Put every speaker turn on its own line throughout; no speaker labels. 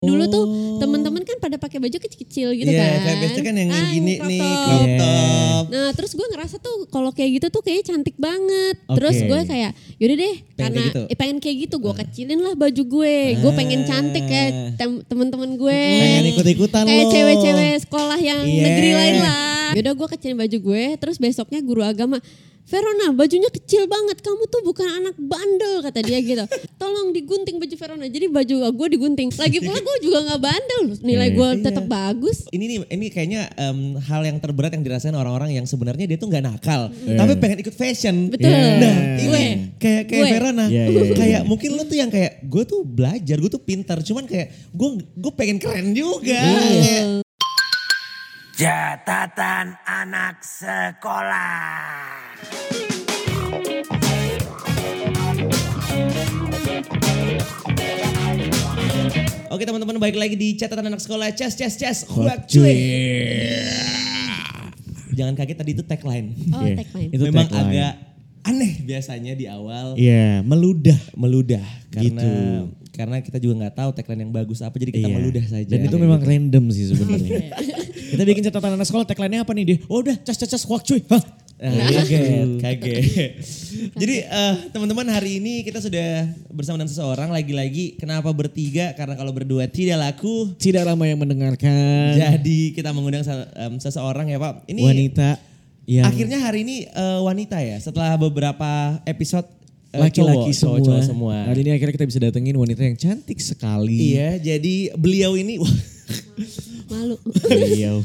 Dulu tuh teman-teman kan pada pakai baju kecil-kecil gitu
Iya,
kan.
kayak biasanya kan yang gini
crop
nih,
top.
crop top.
Nah terus gue ngerasa tuh kalau kayak gitu tuh kayaknya cantik banget.
Oke.
Terus gue kayak yaudah deh
Pengen
karena
kayak gitu?
pengen kayak gitu gue kecilin lah baju gue. Gue pengen cantik kayak teman-teman gue.
Pengen ikut-ikutan
Kayak
lo.
cewek-cewek sekolah yang
Iya.
negeri lain lah. Yaudah gue kecilin baju gue. Terus besoknya guru agama, Verona bajunya kecil banget, kamu tuh bukan anak bandel kata dia gitu. Tolong digunting baju Verona. Jadi baju gue digunting. Lagi pula gue juga gak bandel, nilai gue tetap bagus.
Ini kayaknya hal yang terberat yang dirasain orang-orang yang sebenarnya dia tuh nggak nakal, tapi pengen ikut fashion.
Betul.
Nah,
Gue.
ini kayak
Gue.
Verona.
Iya, iya, iya.
Kayak mungkin lu tuh yang kayak gue tuh belajar, gue tuh pintar, cuman kayak gue pengen keren juga. Kayak,
Catatan anak sekolah.
Oke teman-teman, balik lagi di catatan anak sekolah. Cas. Huak
cuy.
cuy. Jangan kaget, tadi itu tagline.
Oh
Iya.
tagline.
Itu
Memang
tagline.
agak aneh biasanya di awal.
Iya, meludah.
Karena kita juga nggak tahu tagline yang bagus apa, jadi kita
Iya.
meludah saja.
Dan itu memang random sih sebenarnya. Kita bikin catatan anak sekolah, tagline-nya apa nih dia? Oh udah, cas huak cuy. Hah?
Kaget. Jadi teman-teman, hari ini kita sudah bersama dengan seseorang. Lagi-lagi kenapa bertiga? Karena kalau berdua tidak laku.
Tidak ramai yang mendengarkan.
Jadi kita mengundang seseorang ya Pak. Ini
Wanita yang
akhirnya hari ini wanita ya, setelah beberapa episode
laki-laki
cowok semua.
Hari ini akhirnya kita bisa datengin wanita yang cantik sekali.
Iya, jadi beliau ini
Malu.
Beliau.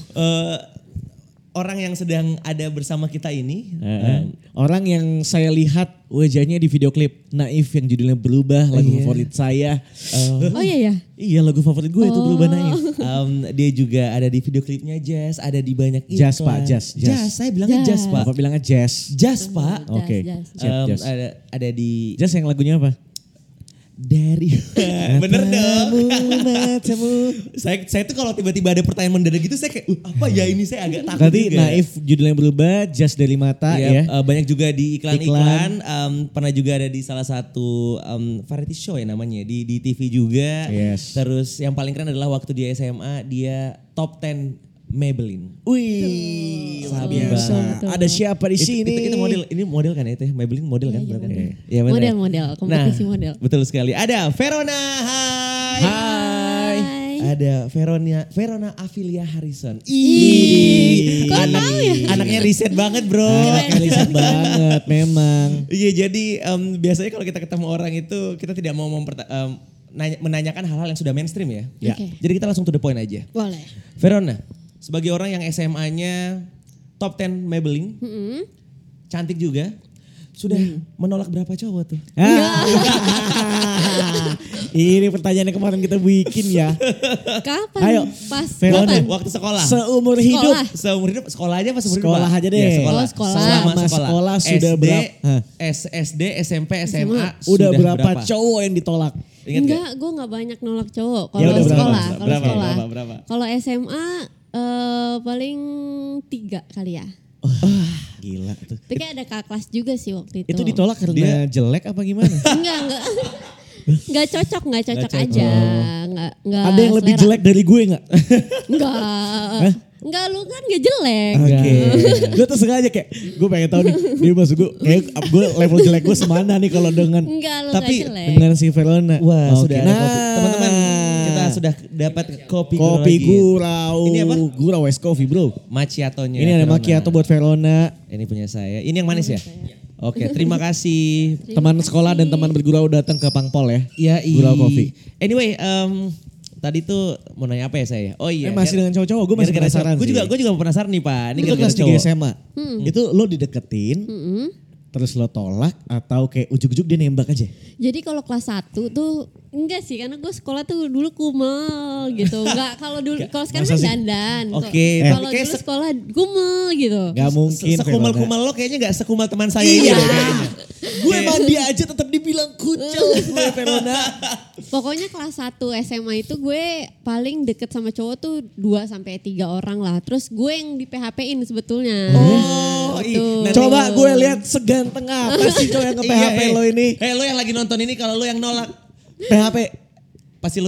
orang yang sedang ada bersama kita ini.
Orang yang saya lihat wajahnya di video klip Naif yang judulnya Berubah, lagu favorit saya.
Oh iya ya.
Iya, lagu favorit gue itu Berubah Naif.
Dia juga ada di video klipnya Jazz, ada di banyak iklan.
Jazz, Pak, Jazz.
Saya bilangnya Jazz, Pak.
Bapak bilangnya Jazz.
Jazz, Pak.
Oke.
Jazz.
Jazz.
Ada di
Jazz yang lagunya apa?
dari bener dong.
Matamu.
Saya tuh kalau tiba-tiba ada pertanyaan mendadak gitu saya kayak apa ya ini, saya agak takut
Berarti
juga.
Naif judulnya Berubah, Jazz dari Mata
Iya,
ya.
banyak juga di iklan-iklan. Pernah juga ada di salah satu variety show ya namanya, di TV juga.
Yes.
Terus yang paling keren adalah waktu dia SMA dia top 10 Maybelline.
Wih, luar
Betul,
biasa.
betul.
Ada siapa di sini?
Itu model, ini model kan ya itu ya? Maybelline model kan? Bener kan? Iya, bener.
Model-model, kompetisi model.
Betul sekali. Ada Verona, hai.
Hai.
Ada Verona Afilia Harrison.
Ih, kok tahu ya?
Anaknya riset banget bro.
Riset banget memang.
Iya, jadi biasanya kalau kita ketemu orang itu kita tidak mau menanyakan hal-hal yang sudah mainstream ya.
Ya.
Oke.
Jadi kita langsung to the point aja.
Boleh.
Verona, sebagai orang yang SMA-nya top 10 Maybelline, cantik juga, sudah menolak berapa cowok tuh?
Ini pertanyaan yang kemarin kita bikin ya.
Kapan?
Ayo,
Pas
Verona.
kapan?
Waktu sekolah.
Seumur hidup.
Seumur hidup, sekolah aja apa seumur hidup?
Sekolah
Pak?
aja deh.
Ya, sekolah.
Oh, sekolah.
Selama
Sama sekolah sudah
SD,
berapa?
SD, SMP, SMA,
Udah
sudah
berapa cowok yang ditolak?
Ingat nggak?
Enggak, gue gak banyak nolak cowok.
Ya
Kalau
udah, berapa?
sekolah, kalau
Berapa?
sekolah.
Berapa?
Kalau SMA paling 3 kali ya.
Gila tuh.
Tapi kayak ada kakak kelas juga sih waktu itu.
Itu ditolak karena jelek apa gimana?
Enggak. Enggak cocok aja. Enggak.
Ada yang lebih jelek dari gue gak?
Enggak. Enggak, lu kan gak jelek.
Oke. Gue tuh sengaja kayak gue pengen tahu nih. Dia maksud gue kayak gue level jelek gue semana nih kalau dengan
Enggak, lu
Tapi
gak jelek.
dengan si Verona.
Wah,
Oke.
sudah ada kopi. Teman-teman, kita sudah dapat kopi
Kopi
lagi.
gurau.
Ini apa?
Gurau West Coffee bro.
Macchiatonya.
Ini ada
Verona.
macchiato buat Verona.
Ini punya saya. Ini yang manis ya? Oke, terima kasih.
Teman sekolah dan teman bergurau datang ke Pangpol ya.
Ya,
Gurau Coffee.
Anyway, tadi tuh mau nanya apa ya saya? Oh iya.
Masih dengan cowok-cowok, gue masih penasaran
Gue
sih.
juga penasaran nih Pak. Ini
Itu
gara-gara
kelas 3
cowok.
SMA. Itu lo dideketin, terus lo tolak atau kayak ujuk-ujuk dia nembak aja?
Jadi kalau kelas 1 tuh enggak sih, karena gue sekolah tuh dulu kumel gitu. Enggak, kalau dulu kalau sekarang
Masa
kan
sih?
dandan.
Oke,
Kalau
tapi kayak
dulu sekolah kumel gitu.
Gak mungkin.
Sekumal-kumal lo kayaknya gak sekumal teman saya ini.
Iya.
deh kayaknya.
Gue mandi aja tetap dibilang kucel gue Verona.
Pokoknya kelas 1 SMA itu gue paling deket sama cowok tuh 2 sampai 3 orang lah. Terus gue yang di PHP-in sebetulnya.
Oh,
Gitu.
Coba gue lihat seganteng apa sih cowok yang nge-PHP lo ini.
Lo yang lagi nonton ini kalau lo yang nolak
PHP.
pasti lo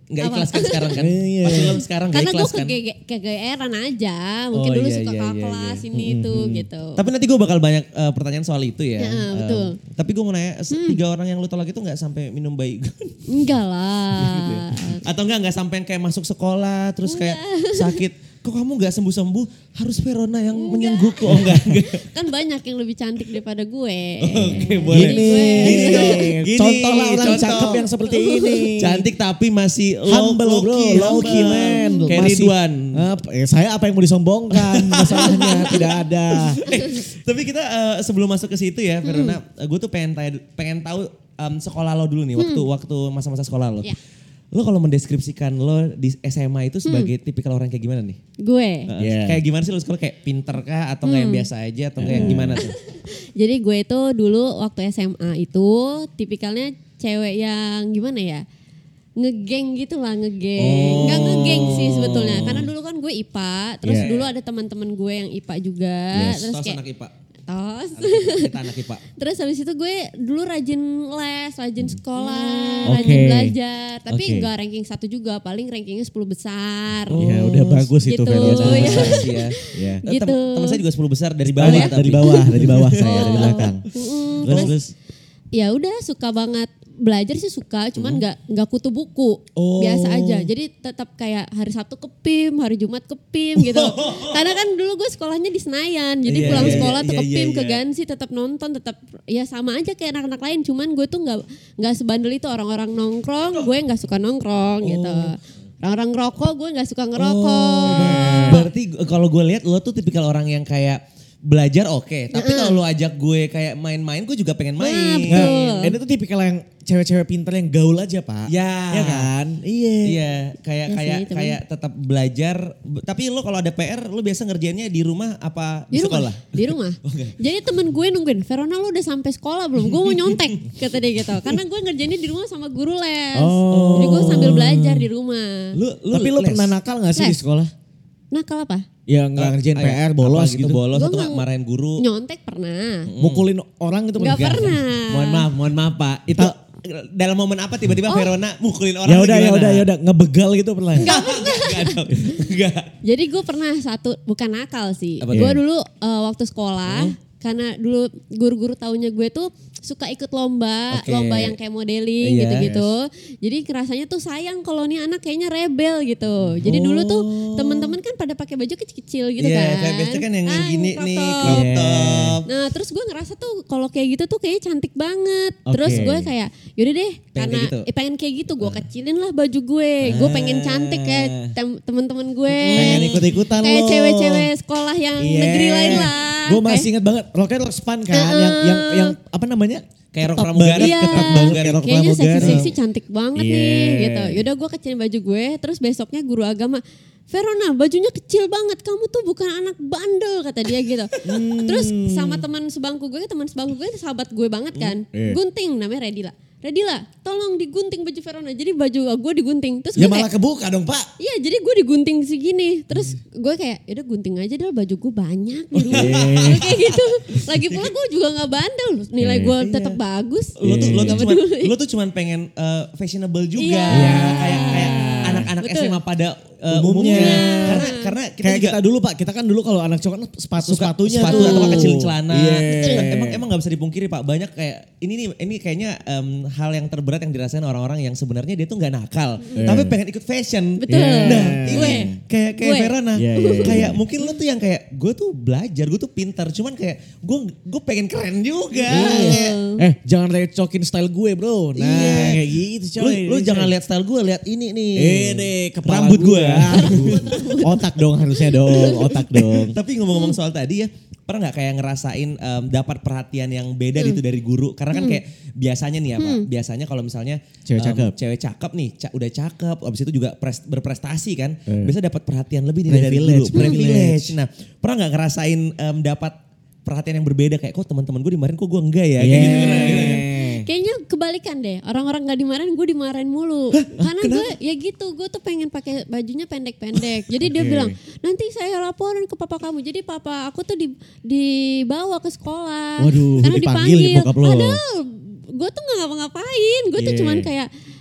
nggak ikhlas kan sekarang kan?
Iya.
Pasti lo sekarang nggak
Karena gue
ikhlas kan?
kegeeran aja. Mungkin
Oh,
dulu
iya,
suka
iya,
kakak
iya,
kelas
iya.
ini itu gitu.
Tapi nanti gue bakal banyak pertanyaan soal itu ya.
Ya, betul.
Tapi gue mau nanya, 3 orang yang lu tolak itu nggak sampai minum baygon?
Enggak lah.
Atau nggak sampai yang kayak masuk sekolah terus kayak sakit? Kok kamu nggak sembuh-sembuh? Harus Verona yang menyenggukku. Oh enggak.
Kan banyak yang lebih cantik daripada gue.
Oke, boleh.
Jadi gue-
Gini,
Contohlah orang
contoh.
cakep yang seperti ini.
Cantik tapi masih
Humble bro, low key man.
Kayak
Masih-
Ridwan.
Saya apa yang mau disombongkan? Masalahnya tidak ada.
Tapi kita sebelum masuk ke situ ya, Verona, gue tuh pengen tahu sekolah lo dulu nih, waktu masa-masa sekolah lo.
Ya.
Lo kalau mendeskripsikan lo di SMA itu sebagai tipikal orang kayak gimana nih?
Gue.
Yeah.
Kayak gimana sih lo sekolah, kayak pinter kah atau nggak yang biasa aja atau kayak gimana tuh?
Jadi gue itu dulu waktu SMA itu tipikalnya cewek yang gimana ya? Ngegeng gitu lah, ngegeng. Nggak ngegeng sih sebetulnya. Karena dulu kan gue IPA, terus
Yeah.
dulu ada teman-teman gue yang IPA juga.
Yes.
Terus
Tos
kayak
anak IPA.
tos.
Kita anak IPA.
Terus habis itu gue dulu rajin les, rajin sekolah,
Oke.
rajin belajar. Tapi
Oke.
enggak ranking 1 juga, paling rankingnya 10 besar.
Ya udah bagus itu
gitu.
Verona.
Iya.
Besar sih ya.
Ya.
Gitu.
Teman saya juga 10 besar dari
Bawah,
bawah. tapi.
dari bawah saya dari belakang. Terus
Ya udah suka banget belajar sih suka, cuman nggak kutu buku,
Oh.
biasa aja. Jadi tetap kayak hari Sabtu ke PIM, hari Jumat ke PIM gitu. Karena kan dulu gue sekolahnya di Senayan, jadi
Iya,
pulang
iya,
sekolah tuh
iya,
ke PIM,
iya,
ke
iya.
Gansi, tetap nonton, tetap ya sama aja kayak anak-anak lain. Cuman gue tuh nggak sebandel itu, orang-orang nongkrong, gue nggak suka nongkrong gitu. Orang-orang ngerokok, gue nggak suka ngerokok.
Berarti kalau gue lihat lo tuh tipikal orang yang kayak belajar oke, tapi kalau lo ajak gue kayak main-main, gue juga pengen main.
Nah, betul.
ini tuh tipikal yang cewek-cewek pinter yang gaul aja pak.
Ya.
Ya kan? Iya.
Iya, kayak
Iya
kayak
sih, cuman-
kayak tetap belajar. Tapi lo kalau ada PR, lo biasa ngerjainnya di rumah apa di,
Di rumah,
sekolah?
di rumah. Jadi temen gue nungguin, Verona lu udah sampai sekolah belum? Gue mau nyontek, kata dia gitu. Karena gue ngerjainnya di rumah sama guru les.
Oh.
Jadi gue sambil belajar di rumah.
Tapi lo
les?
pernah nakal gak sih di
Les.
sekolah?
Nakal apa?
Ya nggak ngerjain
Ah,
PR,
apa
bolos gitu.
bolos
Gua
atau
nggak-
marahin guru.
Nyontek pernah.
Mukulin orang itu
Nggak pernah.
Mohon maaf Pak. Itu dalam momen apa tiba-tiba Verona mukulin orang?
Ya
tuh
udah
gimana?
ngebegal gitu pernah.
Enggak.
Jadi gue pernah satu, bukan nakal sih.
Apa
Gue
tuh?
dulu waktu sekolah, karena dulu guru-guru taunya gue tuh suka ikut lomba,
Oke.
lomba yang kayak modeling
Iya.
gitu-gitu. Jadi rasanya tuh sayang kalau nih anak kayaknya rebel gitu. Jadi dulu tuh temen-temen kan pada pakai baju kecil-kecil gitu
Iya,
kan.
kayak biasanya kan yang
Ah,
gini
crop
nih,
top.
crop top.
Nah terus gue ngerasa tuh kalau kayak gitu tuh kayaknya cantik banget.
Oke.
Terus gue kayak yaudah deh
Pengen
karena
kayak gitu?
pengen kayak gitu gue kecilin lah baju gue. Gue pengen cantik kayak temen-temen gue.
Pengen ikut-ikutan
Kayak
lo.
cewek-cewek sekolah yang
Iya.
negeri lain lah.
Gue masih inget banget, roknya rok span kan, yang apa namanya?
Kayak rok
Ketat
pramugari.
banget,
Iya.
ketat banget kayak rok
Kayaknya
pramugari.
seksi-seksi cantik banget
Iya.
nih gitu. Yaudah gue kecilin baju gue, terus besoknya guru agama, Verona bajunya kecil banget, kamu tuh bukan anak bandel kata dia gitu. Terus sama teman sebangku gue sahabat gue banget kan,
Iya.
gunting namanya Redila, tolong digunting baju Verona. Jadi baju gue digunting. Terus
Ya
gue
malah
kayak,
kebuka dong pak.
iya jadi gue digunting segini. Terus gue kayak, yaudah gunting aja deh baju gue banyak di rumah.
Iya.
Kayak gitu. Lagi pula gue juga gak bandel. Nilai gue tetap bagus.
Lo tuh cuman pengen fashionable juga.
Iya.
Kayak anak-anak
Betul.
SMA pada
Umumnya.
Karena kita
Kayak
juga
kita dulu pak, kita kan dulu kalau anak cowok kan sepatunya
sepatu
tuh.
atau kecil celana.
Iya.
Emang nggak bisa dipungkiri Pak, banyak kayak ini kayaknya hal yang terberat yang dirasain orang-orang yang sebenarnya dia tuh nggak nakal, tapi pengen ikut fashion.
Betul.
Nah,
Gue.
ini kayak
Gue.
Verona,
Iya, iya, iya.
kayak mungkin lo tuh yang kayak gue tuh belajar, gue tuh pintar, cuman kayak gue pengen keren juga. Kayak,
Jangan recokin style gue bro. Nah
Iya.
kayak gitu coy.
Lu jangan lihat style gue, lihat ini nih.
deh kepala
Rambut gue.
Otak dong harusnya dong, otak dong.
Tapi ngomong-ngomong soal tadi ya, pernah nggak kayak ngerasain dapat perhatian yang beda gitu dari guru? Karena kan kayak biasanya nih ya Pak, biasanya kalau misalnya
Cewek cakep.
nih, udah cakep, abis itu juga berprestasi kan, biasa dapat perhatian lebih nih dari
Privilege,
guru. Privilege. Nah, pernah nggak ngerasain dapat perhatian yang berbeda kayak kok teman-teman gue dimarahin kok gue enggak ya? Kayak gitu.
Kayaknya kebalikan deh. Orang-orang gak dimarahin, gue dimarahin mulu. Karena gue ya gitu, gue tuh pengen pakai bajunya pendek-pendek. Jadi dia bilang, nanti saya laporin ke papa kamu. Jadi papa aku tuh dibawa ke sekolah.
Waduh,
karena
dipanggil nih bokap lo.
Padahal gue tuh gak ngapa-ngapain. Gue tuh cuman kayak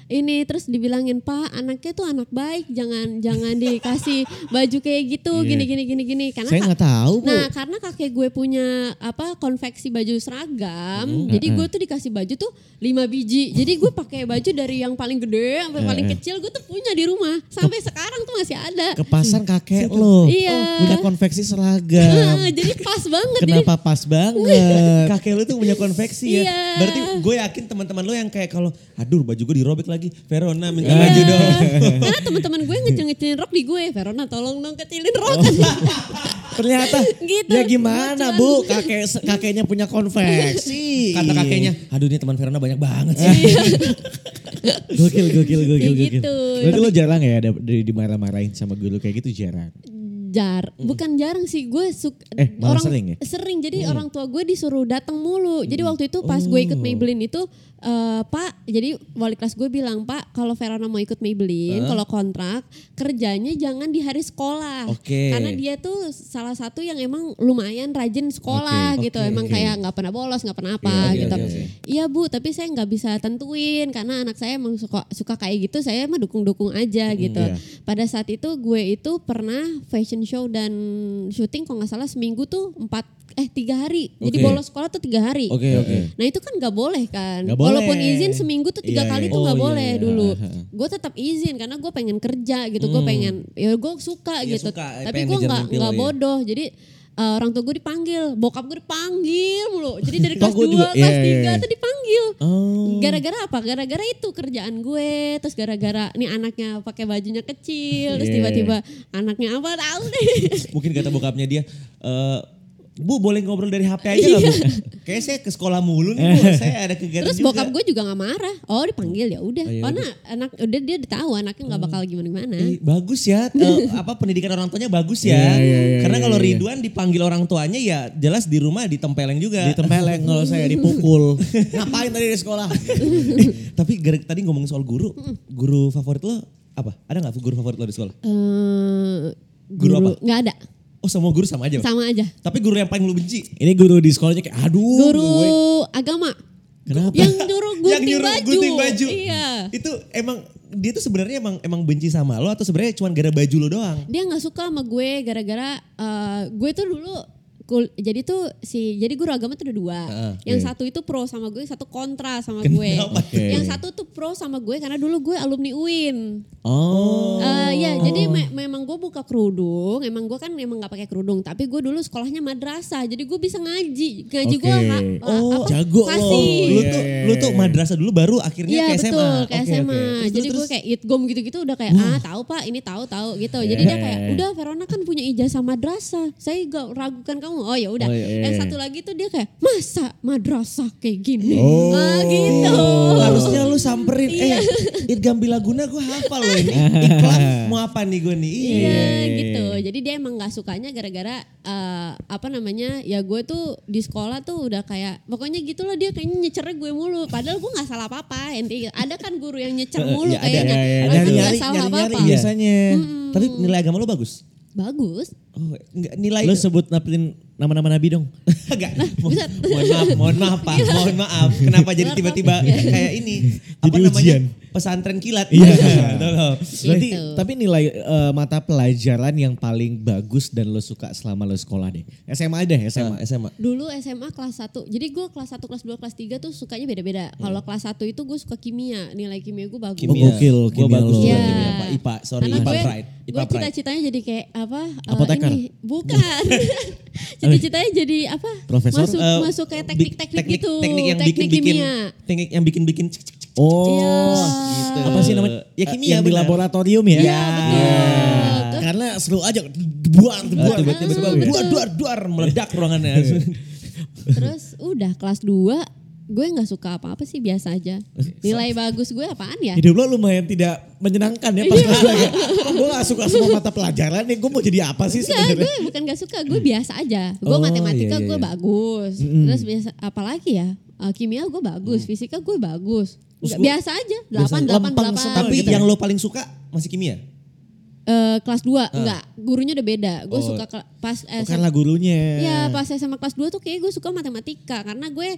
ini terus dibilangin, "Pak, anaknya tuh anak baik, jangan dikasih baju kayak gitu, gini." Karena
Saya nggak tahu, Bu.
Nah, karena kakek gue punya konveksi baju seragam, jadi gue tuh dikasih baju tuh 5 biji. Jadi gue pakai baju dari yang paling gede sampai paling kecil, gue tuh punya di rumah. Sampai sekarang tuh masih ada.
Ke pasar kakek lo.
Iya.
Punya konveksi seragam.
Jadi pas banget.
Kenapa pas banget?
Kakek lu tuh punya konveksi ya.
Iya.
Berarti gue yakin teman-teman lu yang kayak kalau aduh baju gue dirobek lagi, Verona minta baju dong.
Karena teman-teman gue ngecil-ngecilin rok di gue, "Verona tolong dong kecilin rok."
Ternyata
Gitu.
ya gimana Bu, kakeknya punya konveksi.
Kata kakeknya, aduh ini teman Verona banyak banget
Iya.
sih.
Gokil.
Kayak gitu.
Berarti lo jarang ya ada dimarah-marahin sama guru kayak gitu, jarang?
Bukan jarang sih, gue
malah sering ya?
Sering, jadi orang tua gue disuruh datang mulu. Jadi waktu itu pas gue ikut Maybelline itu, Pak, jadi wali kelas gue bilang, "Pak, kalau Verona mau ikut Maybelline, kalau kontrak kerjanya jangan di hari sekolah."
Oke.
Karena dia tuh salah satu yang emang lumayan rajin sekolah gitu. Emang kayak nggak pernah bolos, nggak pernah apa gitu. Iya Bu, tapi saya nggak bisa tentuin karena anak saya emang suka kayak gitu. Saya mah dukung-dukung aja gitu. Pada saat itu gue itu pernah fashion show dan syuting kalau nggak salah seminggu tuh 3 hari. Jadi bolos sekolah tuh 3 hari.
Oke.
Nah itu kan nggak boleh kan.
Nggak boleh.
Walaupun izin seminggu tuh 3 kali tuh nggak boleh dulu.
Iya.
Gue tetap izin karena gue pengen kerja gitu. Gue pengen, ya gue suka
Iya,
gitu.
suka.
Tapi
Pengen
gue
ngejar
nggak
mimpi lo, iya.
bodoh. Jadi orang tua gue dipanggil, bokap gue dipanggil mulu. Jadi dari kelas
Gue
2,
juga,
kelas
iya.
3 tuh dipanggil.
Oh.
Gara-gara apa? Gara-gara itu kerjaan gue. Terus gara-gara nih anaknya pakai bajunya kecil. Terus
Iya.
tiba-tiba anaknya apa tahu deh.
Mungkin kata bokapnya dia, Bu boleh ngobrol dari HP aja gak Bu? Kayaknya saya ke sekolah mulu nih Bu, saya ada kegiatan
Terus
juga.
bokap gue juga gak marah. Oh dipanggil ya udah. Karena dia udah tahu anaknya gak bakal gimana-gimana.
Bagus ya, pendidikan orang tuanya bagus ya.
Iya,
Karena kalau Ridwan dipanggil orang tuanya ya jelas di rumah ditempeleng juga.
Ditempeleng kalau saya dipukul. Ngapain tadi di sekolah?
Tapi tadi ngomongin soal guru favorit lo apa? Ada gak guru favorit lo di sekolah? Guru apa?
Gak ada.
Oh semua guru sama aja?
Sama aja.
Tapi guru yang paling lu benci?
Ini guru di sekolahnya kayak aduh.
Guru
gue.
agama.
Kenapa?
Yang nyuruh gunting baju. Iya.
Itu emang dia tuh sebenarnya emang benci sama lo atau sebenarnya cuma gara baju lo doang?
Dia nggak suka sama gue gara-gara gue tuh dulu jadi guru agama tuh ada 2. Yang satu itu pro sama gue, satu kontra sama gue. Yang satu tuh pro sama gue karena dulu gue alumni UIN. Ya jadi memang gue buka kerudung, emang gue kan emang nggak pakai kerudung, tapi gue dulu sekolahnya madrasah, jadi gue bisa ngaji gue
jago
fasih.
Lu tuh madrasah dulu baru akhirnya ke SMA.
Betul, ke
Oke.
SMA. Jadi
Terus,
gue kayak itgom gitu-gitu udah kayak tahu Pak, ini tahu gitu. Jadi dia kayak udah Verona kan punya ijazah madrasah. Saya gak ragukan kamu. Oh ya udah. Yang satu lagi tuh dia kayak masa madrasah kayak gini. Gitu.
harusnya lu samperin. Idgam Bilaguna gue hafal loh ini. Iklan mau apa nih gue nih?
Iya gitu. Jadi dia emang gak sukanya gara-gara ya gue tuh di sekolah tuh udah kayak pokoknya gitulah dia kayaknya nyecernya gue mulu. Padahal gue gak salah apa-apa. Ada kan guru yang nyecer mulu kayaknya. Aku gak salah apa-apa.
biasanya.
Tapi nilai agama lo bagus?
Bagus.
Oh, enggak, nilai
Lo sebut nama-nama nabi dong.
enggak. Mohon maaf Pak, mohon maaf. Kenapa jadi tiba-tiba kayak ini? Apa
Jadi
namanya?
ujian.
Pesantren kilat.
Iya.
Berarti
Gitu.
Tapi nilai mata pelajaran yang paling bagus dan lo suka selama lo sekolah deh. SMA deh, SMA.
Dulu SMA kelas 1. Jadi gue kelas 1, kelas 2, kelas 3 tuh sukanya beda-beda. Kalau kelas 1 itu gue suka kimia. Nilai kimia gue bagus.
Kimia. Gokil,
Gue
kimia
bagus
lo.
juga
Iya.
kimia Pak. IPA, sorry
Karena
IPA
gue
Pride. IPA Pride.
cita-citanya jadi kayak apa?
Apoteker?
Bukan. Cita-citanya jadi apa?
Profesor?
Masuk kayak teknik-teknik gitu.
Teknik yang
teknik
bikin
kimia.
teknik yang bikin
Oh,
Iya.
gitu.
apa sih namanya?
Ya kimia
yang di
benar.
laboratorium ya?
Iya, betul.
Karena seru aja,
tiba-tiba duar meledak ruangannya.
Terus udah kelas 2 gue gak suka apa-apa sih, biasa aja. Nilai bagus gue apaan ya?
Hidup lo lumayan tidak menyenangkan ya pas kelas lagi. Gue gak suka semua mata pelajaran nih, gue mau jadi apa sih
Enggak,
sebenarnya?
gue bukan gak suka, gue biasa aja. Gue
Oh,
matematika
iya,
gue
iya.
bagus. Terus biasa apalagi ya? Kimia gue bagus, fisika gue bagus. Biasa aja, 8, 8,
Lempeng
8.
semua
Tapi
gitu ya?
yang lo paling suka masih kimia?
kelas 2 enggak, gurunya udah beda. Gue suka pas
Karena gurunya.
ya pas SMA kelas 2 tuh kayak gue suka matematika karena gue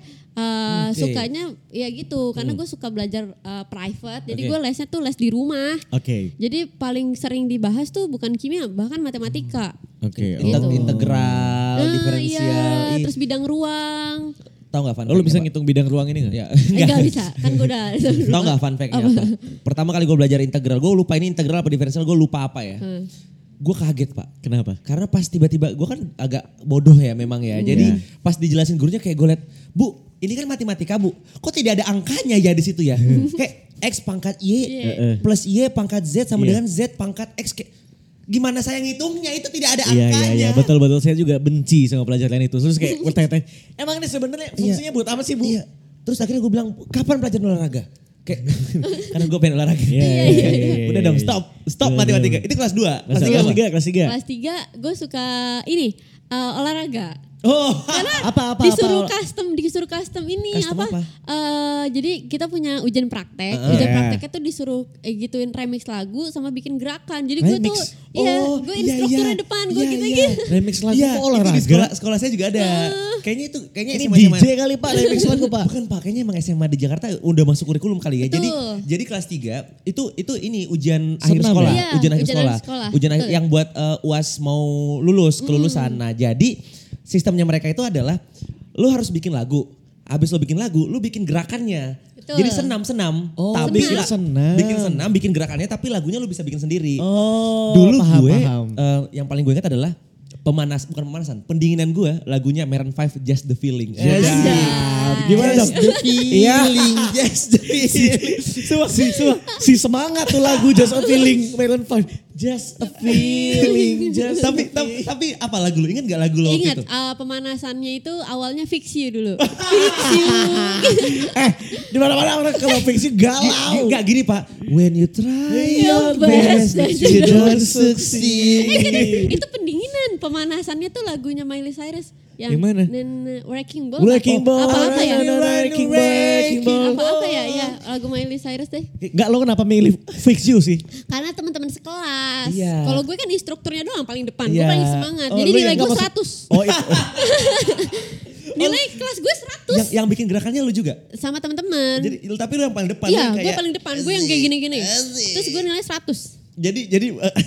sukanya ya gitu, karena gue suka belajar private. Jadi gue lesnya tuh les di rumah.
Oke.
Jadi paling sering dibahas tuh bukan kimia, bahkan matematika.
Oke.
Gitu.
Integral, diferensial.
Iya, terus bidang ruang.
Tahu nggak fun
Lu
fact-nya,
bisa
Pak?
ngitung bidang ruang ini nggak?
Ya.
Enggak bisa, kan gue udah.
Tahu nggak fun fact-nya apa? Pertama kali gue belajar integral, gue lupa ini integral apa diferensial, gue lupa apa ya. Gue kaget Pak.
Kenapa?
Karena pas tiba-tiba, gue kan agak bodoh ya memang ya. Jadi pas dijelasin gurunya kayak gue liat, Bu ini kan matematika Bu, kok tidak ada angkanya ya di situ ya. Kayak X pangkat Y plus Y pangkat Z sama dengan Z pangkat X. Kayak, gimana saya ngitungnya, itu tidak ada angkanya.
Iya, betul. Saya juga benci sama pelajaran itu. Terus kayak bertanya-tanya, emang ini sebenarnya fungsinya buat apa sih Bu?
Iya. Terus akhirnya gue bilang, kapan pelajaran olahraga? Kayak, karena gue pengen olahraga.
Iya.
Udah dong, stop matematika. Itu kelas 2.
Kelas 3.
Kelas 3 gue suka ini olahraga.
Oh,
Apa?
Disuruh custom ini
Custom
apa?
apa?
Jadi kita punya ujian praktek. Ujian prakteknya tuh disuruh gituin remix lagu sama bikin gerakan. Jadi gue tuh gue instrukturnya depan gue gitu-gitu.
Remix lagu
Iya,
kok
itu
olahraga.
di sekolah saya juga ada. Kayaknya
Ini
SMA
DJ kali Pak, remix lagu Pak.
Bukan Pak, kayaknya emang SMA di Jakarta udah masuk kurikulum kali ya.
Betul.
Jadi kelas 3 itu ini ujian akhir
Senam
sekolah,
ya? Iya,
ujian akhir
ujian
sekolah.
akhir sekolah.
Ujian
Betul.
yang buat UAS mau lulus, kelulusan. Nah, jadi sistemnya mereka itu adalah lu harus bikin lagu. Habis lu bikin lagu, lu bikin gerakannya.
Betul.
Jadi senam.
Oh,
tapi
bikin senam.
Bikin senam, bikin gerakannya tapi lagunya lu bisa bikin sendiri.
Oh,
Dulu gue
paham.
yang paling gue ingat adalah bukan pemanasan, pendinginan gue lagunya Maroon 5 Just the Feeling.
Gimana dong?
Just the feeling, just the feeling.
Si semangat tuh lagu Just a Feeling Maroon 5. Just a feeling,
Tapi apa lagu lu? Ingat gak lagu lo waktu
Ingat
itu?
pemanasannya itu awalnya Fix You dulu. Fix You.
Di mana-mana orang kalau fiksi galau.
Enggak gini Pak. When you try
Your
your best,
best,
you don't
itu
succeed.
pendinginan, pemanasannya tuh lagunya Miley Cyrus
Yang mana?
Wrecking Ball.
Wrecking Ball.
Apa ya?
Wrecking Ball.
Apa ya? Ya lagu Miley Cyrus deh.
Enggak, lo kenapa milih Fix You sih?
Karena teman-teman sekelas.
Iya.
Kalau gue kan instrukturnya doang paling depan. Gue
Iya.
paling semangat.
Oh,
Jadi
lu
nilai
yang
gue
nggak masuk-
100.
Oh, itu.
Nilai kelas gue 100.
Yang bikin gerakannya lu juga?
Sama teman-teman.
Jadi tapi lu yang paling depan.
Iya,
lu
gue
kayak,
paling depan. Gue yang kayak gini-gini.
Asik.
Terus gue nilai 100.
Jadi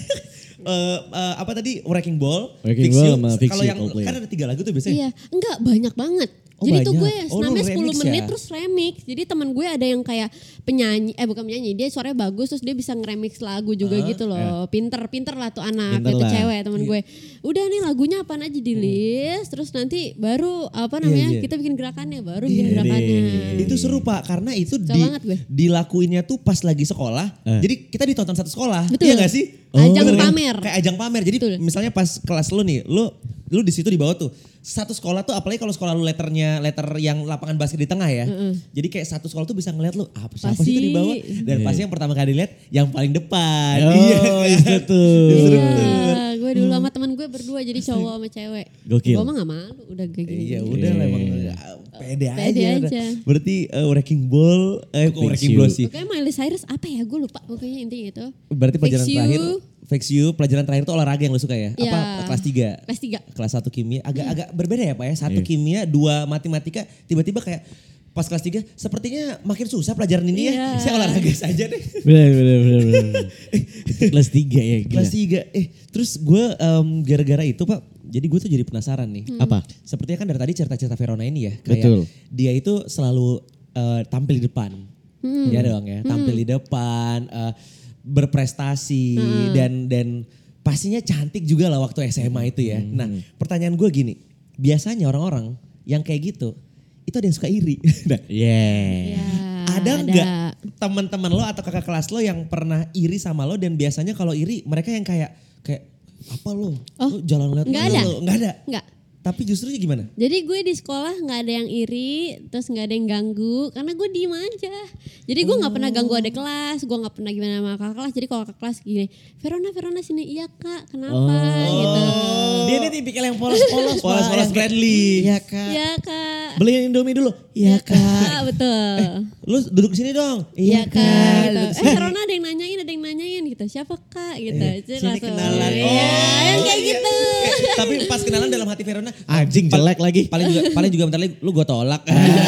apa tadi Wrecking Ball,
Wrecking
Fix
Ball
You.
sama Fix
Kalau
You,
yang
Coldplay.
kan ada 3 lagu tuh biasanya.
Iya, enggak banyak banget.
Oh,
Jadi tuh
banyak.
gue
Oh, lu
senamnya 10
remix
menit
ya?
terus remix. Jadi teman gue ada yang kayak penyanyi, bukan penyanyi, dia suaranya bagus terus dia bisa ngeremix lagu juga gitu loh. Pinter lah tuh anak,
Pinter
itu
lah.
cewek teman gue. Udah nih lagunya apaan aja di list, terus nanti baru apa namanya
iya.
kita bikin gerakannya, baru bikin gerakannya.
Itu seru Pak karena itu
banget gue.
dilakuinnya tuh pas lagi sekolah. Jadi kita ditonton satu sekolah.
Betul.
Iya gak sih?
Ajang
bener kan?
pamer.
Kayak ajang pamer. Jadi
Betul.
misalnya pas kelas lu nih, lu di situ di bawah tuh. Satu sekolah tuh apalagi kalau sekolah lu letter yang lapangan basket di tengah ya. Jadi kayak satu sekolah tuh bisa ngeliat lu siapa sih itu di bawah. Dan pasti yang pertama kali dilihat yang paling depan.
Oh, itu tuh.
Iya, gue dulu sama teman gue berdua jadi cowok sama cewek.
Gokil.
Gue mah gak malu, udah kayak gini.
Iya udah lah emang pede
Pede
aja.
aja.
Berarti Wrecking Ball, kok Wrecking Ball sih.
Pokoknya Miley Cyrus apa ya, gue lupa pokoknya intinya itu.
Berarti pelajaran
Fix You.
terakhir, Fix You, pelajaran terakhir itu olahraga yang lu suka ya?
Iya.
Apa kelas 3?
Kelas 3.
Kelas 1 kimia, agak berbeda ya Pak ya? 1 kimia, 2 matematika, tiba-tiba kayak pas kelas 3 sepertinya makin susah pelajaran ini ya.
Iya.
Saya olahraga saja deh.
Bener. Itu kelas 3 ya. Gila.
Kelas 3, terus gue gara-gara itu Pak, jadi gue tuh jadi penasaran nih.
Apa?
Sepertinya kan dari tadi cerita-cerita Verona ini ya. Kayak
Betul.
dia itu selalu tampil di depan. Ya dong ya, tampil di depan, berprestasi dan pastinya cantik juga lah waktu SMA itu ya. Nah pertanyaan gue gini, biasanya orang-orang yang kayak gitu, itu ada yang suka iri. Nah,
Ya,
ada nggak teman-teman lo atau kakak kelas lo yang pernah iri sama lo dan biasanya kalau iri mereka yang kayak apa lo? Lo jalan lihat
nggak
mana
ada.
lo? Nggak ada.
Enggak.
Tapi justru gimana?
Jadi gue di sekolah nggak ada yang iri, terus nggak ada yang ganggu, karena gue diem aja. Jadi gue nggak pernah ganggu adik kelas, gue nggak pernah gimana sama kakak kelas. Jadi kalau kakak kelas gini, Verona sini, iya kak, kenapa gitu.
Dia ini tipikal yang polos-polos.
Polos-polos friendly.
Iya kak.
Iya kak,
Beliin Indomie dulu. Iya Kak.
Betul.
Lu duduk sini dong.
Iya Kak. Gitu. Rona ada yang nanyain gitu. Siapa Kak? Gitu. Jadi
Sini
langsung,
kenalan.
Iya, yang kayak gitu.
Tapi pas kenalan dalam hati Verona.
Anjing jelek lagi.
Paling juga bentar lagi lu gue tolak.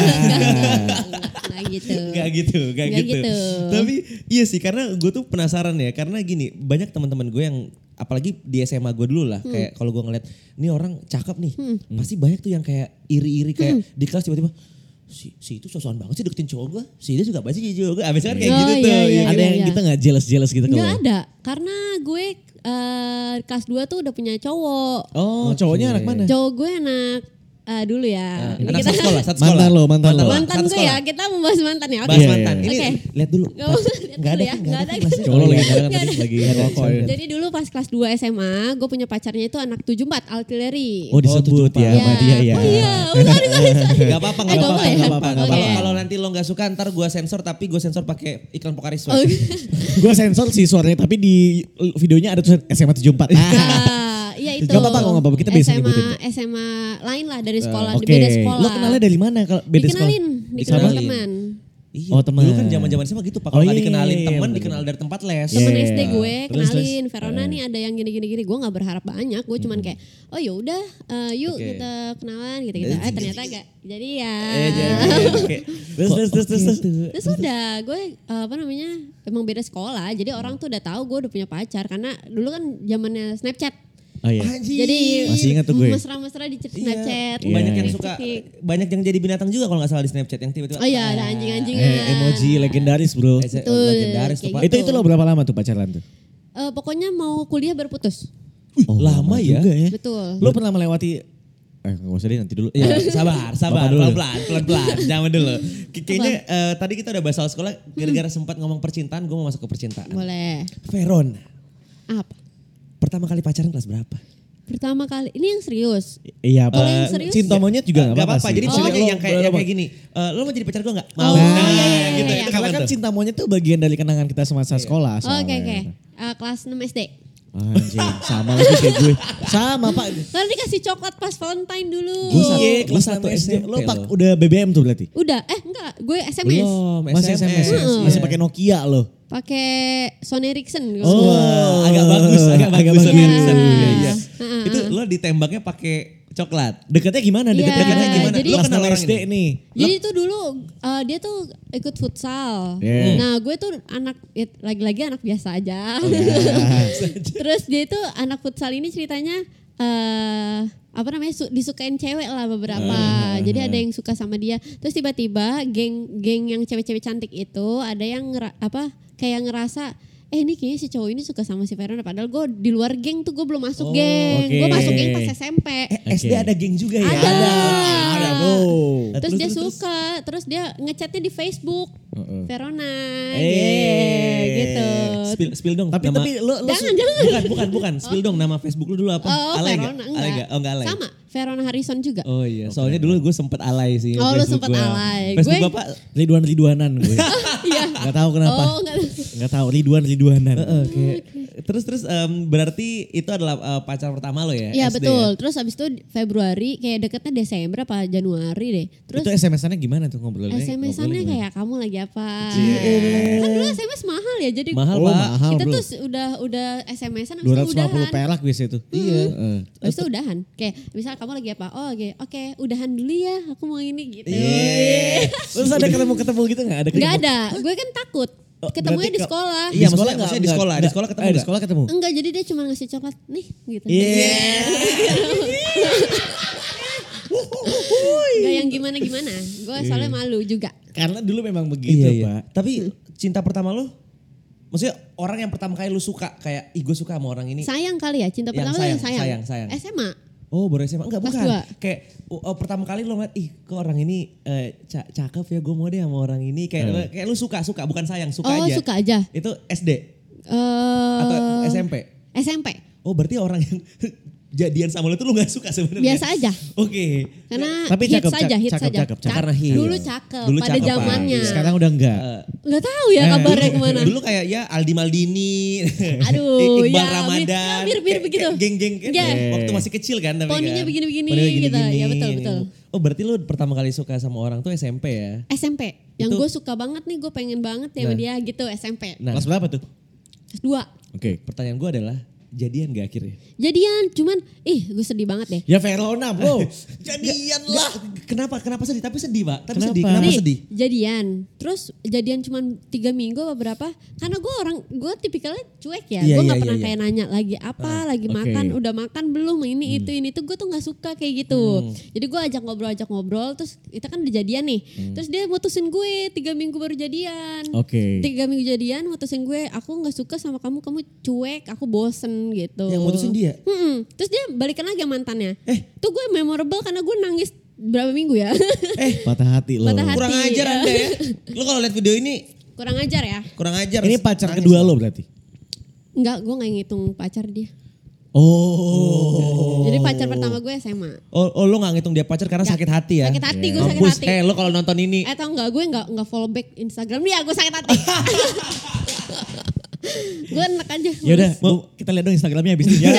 Nggak gitu.
Gak gitu. Tapi iya sih karena gue tuh penasaran ya. Karena gini banyak teman-teman gue yang apalagi di SMA gue dulu lah. Kayak kalau gue ngeliat ini orang cakep nih. Pasti banyak tuh yang kayak iri-iri kayak di kelas tiba-tiba. Si itu sosokan banget sih deketin cowok gue. Si dia suka banget sih cowok gue. Abisnya kan kayak gitu tuh.
Iya,
Ada yang kita gak jealous gitu kalau.
Nggak ada. Karena gue kelas 2 tuh udah punya cowok.
Oh cowoknya anak mana?
Cowok gue anak dulu ya. Ini
Anak
kita
satu sekolah.
Mantan lo.
mantan gue ya. Kita membahas mantan ya. Oke.
Bahas mantan. Ini
Oke.
lihat dulu.
Nggak usah lihat dulu ya. Nggak ada.
Cowok lo lagi
Nggak
tadi
ada.
lagi rokok ya.
Jadi dulu pas kelas 2 SMA, gue punya pacarnya itu anak 74 artileri.
Oh disebut ya sama dia ya.
Oh iya, sorry.
Gak apa-apa,
Nggak apa-apa ya?
nggak apa-apa.
Oke.
Kalau nanti lo gak suka ntar gue sensor tapi gue sensor pakai iklan Pokarisma.
Oke.
Gue sensor sih suaranya tapi di videonya ada tulisan SMA 74.
Iya itu.
Gak apa-apa, nggak apa-apa. Kita biasa nyebutin.
SMA lain lah dari sekolah,
Oke.
beda sekolah.
Lo kenalnya dari mana kalau beda sekolah?
Dikenalin teman.
Iya,
Oh, teman.
Dulu kan zaman-zaman SMA gitu Pak. Kalau nggak dikenalin teman,
bener.
dikenal dari tempat les.
Iya.
Temen SD gue
Terus,
kenalin Verona nih ada yang gini. Gue nggak berharap banyak. Gue cuman kayak oh ya udah yuk
Oke.
kita kenalan gitu. Ternyata gak jadi ya.
Terus.
Terus udah gue emang beda sekolah. Jadi orang tuh udah tahu gue udah punya pacar karena dulu kan zamannya Snapchat.
Oh iya.
Jadi
Masih ingat tuh gue.
mesra-mesra di Snapchat.
Banyak yang
Iya.
suka, banyak yang jadi binatang juga kalau nggak salah di Snapchat yang tiba-tiba.
Oh iya ada anjing-anjingan.
Emoji legendaris bro.
Betul,
Legendaris tuh
kayak
Pak.
Itu lo berapa lama tuh pacaran tuh?
Pokoknya mau kuliah berputus.
Lama ya.
Juga ya.
Betul.
Lo pernah melewati nggak usah deh nanti dulu.
Ya, sabar,
Bapak dulu.
pelan-pelan, jangan dulu. Kayaknya tadi kita udah bahas soal sekolah, gara-gara sempat ngomong percintaan, gue mau masuk ke percintaan.
Boleh.
Verona,
Apa?
pertama kali pacaran kelas berapa?
Pertama kali. Ini yang serius.
Iya,
Kalau yang serius?
cinta monyet juga
Gak apa-apa,
sih.
jadi misalnya yang kayak gini, lo mau jadi pacar gue gak? Mau.
Oh,
Nah,
iya,
gitu.
iya.
Itu
Karena
kapan
kan
tuh?
cinta monyet tuh bagian dari kenangan kita semasa sekolah.
Oke.
soalnya.
Kelas 6 SD.
Anjing, sama lagi kayak gue. Sama Pak.
Karena dikasih coklat pas Valentine dulu.
Iya, kelas 1 SD. Lo Pak udah BBM tuh berarti?
Udah, enggak, gue SMS.
Belum,
Masih SMS ya?
Heeh.
Masih pakai Nokia lo?
Pakai Sony Ericsson.
Wah, agak bagus.
Agak bagus.
Sony
Iya.
Ericsson. Iya, iya.
Heeh.
Itu lo ditembaknya pakai coklat.
Deketnya gimana? Deketnya
Iya,
gimana?
jadi-
Lo
Lo
kenal
kenal orang
SD
ini?
nih.
Jadi itu dulu dia tuh ikut futsal.
Yeah.
Nah gue tuh lagi-lagi anak biasa aja.
Ya.
Terus dia itu anak futsal ini ceritanya disukain cewek lah beberapa. Jadi ada yang suka sama dia. Terus tiba-tiba geng yang cewek-cewek cantik itu ada yang kayak ngerasa ini kayaknya si cowok ini suka sama si Verona. Padahal gue di luar geng tuh gue belum masuk geng.
oke.
Gue masuk geng pas SMP.
SD ada geng juga ya?
Ada bro.
Terus dia suka, terus dia ngechatnya di Facebook, Verona, gitu.
Spill dong.
Tapi lo
Jangan.
Bukan. Spill dong nama Facebook lu dulu apa?
Oh,
Alay
Verona,
nggak? Alay nggak? Oh nggak alay.
Sama, Verona Harrison juga.
Oh iya, soalnya dulu gue sempet alay sih.
Oh, lu
Facebook
sempet
gua.
alay.
Facebook
Gue-
bapak.
Ridwanan gue.
Iya.
Gak tahu kenapa.
Oh, enggak.
Gak tahu Ridwanan.
Oke. Terus berarti itu adalah pacar pertama lo ya?
Iya
SD
betul.
ya?
Terus abis itu Februari, kayak deketnya Desember apa Januari deh. Terus
Itu SMS-annya gimana tuh ngobrolnya?
SMS-annya
Ngobrolnya
kayak kamu lagi apa? Kan dulu SMS mahal ya, jadi
Mahal,
Oh,
Pak.
mahal,
kita
bro.
tuh udah SMS-an abis itu
250
udahan.
perak biasa itu.
Iya.
Abis itu udahan. Kayak misal kamu lagi apa? Oh oke, udahan dulu ya. Aku mau ini gitu.
Terus ada ketemu gitu gak? Ada
Enggak ada. Gue kan takut. Ketemunya di sekolah.
Iya, maksudnya di sekolah. Di sekolah ketemu
Di
nggak?
sekolah ketemu.
Enggak, jadi dia cuma ngasih coklat nih gitu.
Iya.
Enggak yang gimana-gimana. Gue soalnya malu juga.
Karena dulu memang begitu,
Iya,
Pak.
Tapi cinta pertama lo? Maksudnya orang yang pertama kali lo suka kayak, ih gue suka sama orang ini.
Sayang kali ya, cinta
Yang
pertama tuh yang
sayang.
SMA.
Oh baru SMA? Enggak
Kelas
bukan.
dua.
Kayak pertama kali lo ngeliat, ih kok orang ini cakep ya, gue mau deh sama orang ini. Kayak lo suka, bukan sayang, suka
Oh
aja.
suka aja.
Itu SD? Atau SMP?
SMP.
Oh berarti orang yang jadian sama lu tuh lu gak suka sebenarnya?
Biasa aja.
Oke.
Karena
Tapi
hits
cakep,
saja, hits
cakep,
saja.
cakep, cakep.
Karena hits.
Dulu cakep
Dulu
pada
cakep, Pak.
zamannya.
Sekarang udah enggak.
Nggak tahu ya kabarnya kemana.
Dulu kayak ya Aldi Maldini,
Aduh,
Iqbal
ya,
Ramadan,
mirip gitu.
Geng-geng kan.
Ya.
Waktu masih kecil kan tapi
Poninya
kan.
begini-begini
Poninya
gitu.
gini-gini.
Ya betul.
Oh berarti lu pertama kali suka sama orang tuh SMP ya?
SMP. Yang
Itu-
gue suka banget nih, gue pengen banget ya sama
Nah.
dia gitu SMP.
Nah,
Kelas berapa tuh?
Kelas 2.
Oke.
pertanyaan gue adalah jadian gak akhirnya?
Jadian, cuman gue sedih banget deh.
Ya Verona bro.
Jadian lah. Kenapa sedih? Tapi sedih pak. Tapi
Kenapa?
sedih. Kenapa
Nih,
sedih?
jadian. Terus jadian cuman 3 minggu apa berapa? Karena gue tipikalnya cuek ya.
Iya,
Gue nggak
iya,
pernah
iya.
kayak nanya lagi apa, lagi
oke.
makan, udah makan belum, ini itu gue tuh nggak suka kayak gitu. Jadi gue ajak ngobrol, terus kita kan udah jadian nih. Terus dia mutusin gue 3 minggu baru jadian.
Oke.
3 minggu jadian mutusin gue, aku nggak suka sama kamu cuek, aku bosen gitu.
Yang mutusin dia?
Terus dia balikan lagi sama mantannya. Tuh gue memorable karena gue nangis berapa minggu ya.
Patah hati lo.
Patah hati.
Kurang ajar anda ya. Lu kalau lihat video ini
Kurang ajar ya.
kurang ajar.
Ini pacar
Nangis
kedua
lo.
lo berarti?
Enggak, gue gak ngitung pacar dia.
Oh.
Jadi pacar pertama gue SMA.
Oh lu gak ngitung dia pacar karena
Nggak.
sakit hati ya?
Sakit hati, gue sakit
Mampus.
hati.
Lu kalau nonton ini.
Tau enggak, gue enggak follow back Instagram dia, gue sakit hati. Gue enak aja.
Ya udah,
males.
kita lihat dong Instagramnya habis ini.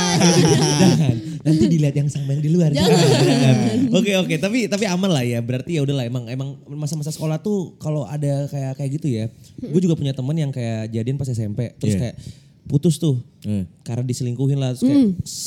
Jangan. Nanti dilihat yang sama yang di luar.
Jangan.
Oke, tapi aman lah ya. Berarti ya udahlah emang masa-masa sekolah tuh kalau ada kayak gitu ya. Gue juga punya teman yang kayak jadian pas SMP terus
Iya.
kayak putus tuh. Karena diselingkuhin lah terus kayak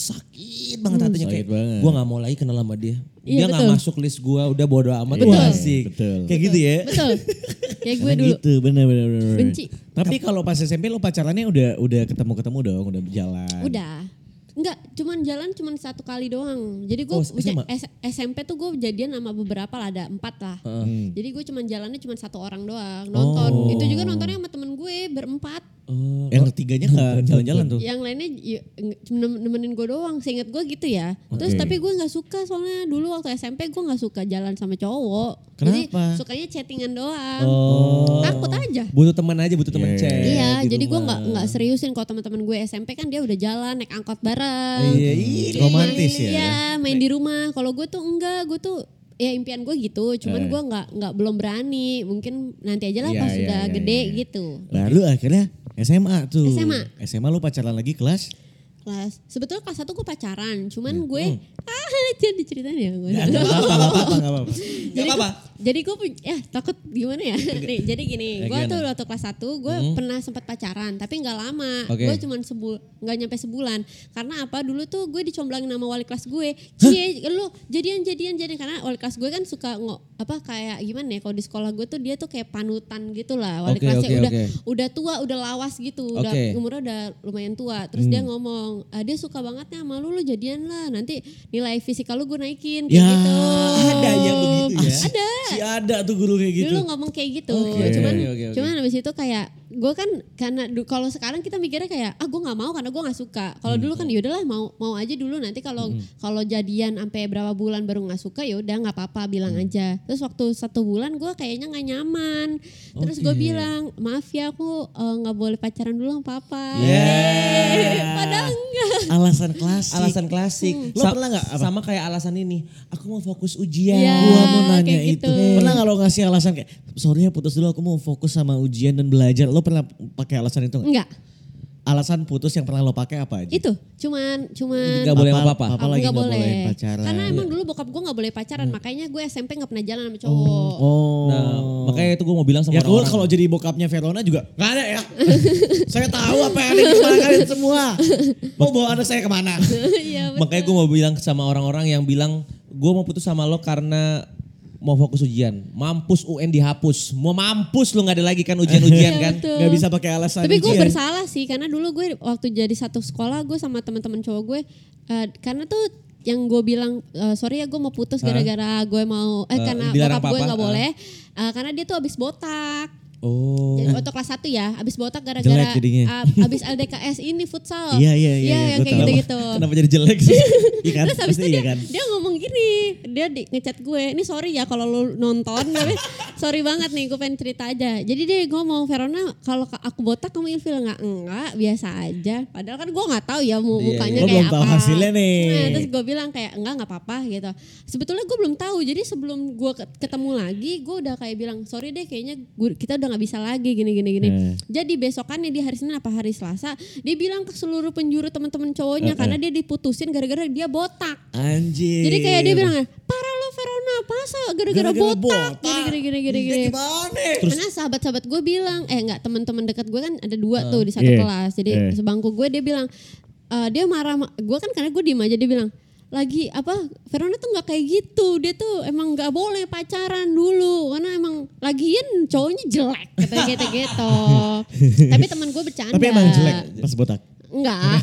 sakit banget hatinya
Sakit
kayak
banget.
gue gak mau lagi kenal sama dia.
Iya,
Dia gak
betul.
masuk list gue, udah bodo amat.
Betul.
Wah, asik.
Betul.
Kayak gitu ya.
Betul. Kayak gue
Emang
dulu.
gitu, bener.
Benci.
Tapi kalau pas SMP lo pacarannya udah ketemu dong, udah berjalan.
Udah. Enggak, jalan cuman 1 kali doang. Jadi gue
Oh, SMA?
SMP tuh gue jadian sama beberapa lah, ada 4 lah. Jadi gue jalannya cuma 1 orang doang. Nonton. Itu juga nontonnya sama temen gue berempat.
Yang ketiganya nggak jalan-jalan tuh.
Yang lainnya cuma nemenin gue doang, seinget gue gitu ya. Terus
Oke.
tapi gue gak suka soalnya dulu waktu SMP gue gak suka jalan sama cowok.
Kenapa?
Jadi sukanya chattingan doang.
Oh.
Takut aja.
Butuh teman aja, butuh teman
Iya,
chat.
Iya,
di
jadi gue
rumah.
nggak seriusin. Kalau teman-teman gue SMP kan dia udah jalan naik angkot bareng.
Iya,
romantis ya.
Iya, main di rumah. Kalau gue tuh enggak, gue tuh ya impian gue gitu. Cuman gue nggak belum berani. Mungkin nanti aja lah
Iya,
pas
iya,
udah
iya,
gede
iya.
gitu.
Lalu akhirnya SMA tuh.
SMA.
lo pacaran lagi kelas?
Sebetulnya kelas 1 gue pacaran. Cuman gue jadi ceritain ya.
Gak apa-apa.
Jadi
apa-apa.
Jadi gue takut gimana ya. Nih, jadi gini, gue
gimana?
tuh waktu kelas 1 gue pernah sempat pacaran, tapi nggak lama.
Oke.
Gue cuman nggak nyampe sebulan. Karena apa? Dulu tuh gue dicomblangin sama wali kelas gue. Cie, lu jadian karena wali kelas gue kan suka kayak gimana ya? Kalau di sekolah gue tuh dia tuh kayak panutan gitu lah. Wali
Oke,
kelasnya
oke.
udah tua, udah lawas gitu. Udah
Oke.
umurnya udah lumayan tua. Terus dia ngomong, dia suka banget nih sama lu jadian lah. Nanti nilai fisikal lu gue naikin kayak
Ya,
gitu.
ada yang begitu ya?
Ada.
Si ada tuh guru kayak gitu.
Dulu ngomong kayak gitu.
Oke.
Oke.
Cuman habis itu kayak gue kan karena kalau sekarang kita mikirnya kayak gue nggak mau karena gue nggak suka. Kalau dulu kan yaudahlah mau aja dulu, nanti kalau jadian sampai berapa bulan baru nggak suka ya udah nggak apa-apa bilang aja. Terus waktu 1 bulan gue kayaknya nggak nyaman. Terus gue bilang maaf ya aku nggak boleh pacaran dulu sama papa. Padahal enggak.
Alasan klasik. Lo pernah nggak?
Sama kayak alasan ini. Aku mau fokus ujian.
Iya.
Gua mau nanya
kayak
itu.
gitu.
Pernah nggak lo ngasih alasan kayak, sorry ya putus dulu aku mau fokus sama ujian dan belajar. Lo pernah pakai alasan itu nggak?
Enggak.
Alasan putus yang pernah lo pakai apa aja?
Itu cuman
Nggak boleh sama papa.
Papa lagi
nggak
nggak boleh pacaran.
Karena emang dulu bokap gue nggak boleh pacaran, makanya gue SMP nggak pernah jalan sama cowok.
Oh.
Nah, makanya itu gue mau bilang sama
Ya
orang-orang.
kalau jadi bokapnya Verona juga nggak ada ya. Saya tahu apa yang ada di kepala kalian semua. Mau bawa anak saya kemana?
Iya betul.
Makanya gue mau bilang sama orang-orang yang bilang gue mau putus sama lo karena mau fokus ujian. Mampus UN dihapus. Mau mampus lo gak ada lagi kan ujian-ujian
Iya,
kan.
betul.
Gak bisa pakai alasan
Tapi gue
ujian.
bersalah sih karena dulu gue waktu jadi satu sekolah gue sama teman-teman cowok gue karena tuh yang gue bilang sorry ya gue mau putus gara-gara gue mau karena
dilarang
bokap gue
papa,
nggak boleh karena dia tuh abis botak.
Oh.
Jadi waktu kelas 1 ya, abis botak
Jelek
gara-gara
jadinya.
abis LDKS ini futsal.
Iya,
yang
gua
kayak
tahu.
gitu-gitu.
Kenapa jadi jelek sih?
Iya kan?
Terus habis
Pasti
itu
iya kan?
dia ngomong gini, dia ngechat gue, ini sorry ya kalau lu nonton, tapi sorry banget nih, gue pengen cerita aja. Jadi dia ngomong, Verona kalau aku botak kamu ilfil nggak? Enggak, biasa aja. Padahal kan gue nggak tahu ya mukanya
Lo
kayak
belum
apa.
tahu hasilnya nih.
Nah, terus gue bilang kayak nggak apa-apa gitu. Sebetulnya gue belum tahu, jadi sebelum gue ketemu lagi, gue udah kayak bilang sorry deh, kayaknya kita udah nggak bisa lagi gini. Jadi besokannya di hari Senin apa hari Selasa, dia bilang ke seluruh penjuru teman-teman cowoknya karena dia diputusin gara-gara dia botak.
Anjir.
Jadi kayak dia bilang, parah lo Verona, masa gara-gara botak. Gini. Karena sahabat-sahabat gue bilang, teman-teman dekat gue kan ada 2 tuh di satu kelas. Jadi sebangku gue, dia bilang, dia marah, gue kan karena gue diem aja, dia bilang, lagi Verona tuh nggak kayak gitu, dia tuh emang nggak boleh pacaran dulu karena emang lagian cowoknya jelek gitu. Tapi teman gue bercanda.
Tapi emang jelek pas botak.
Enggak.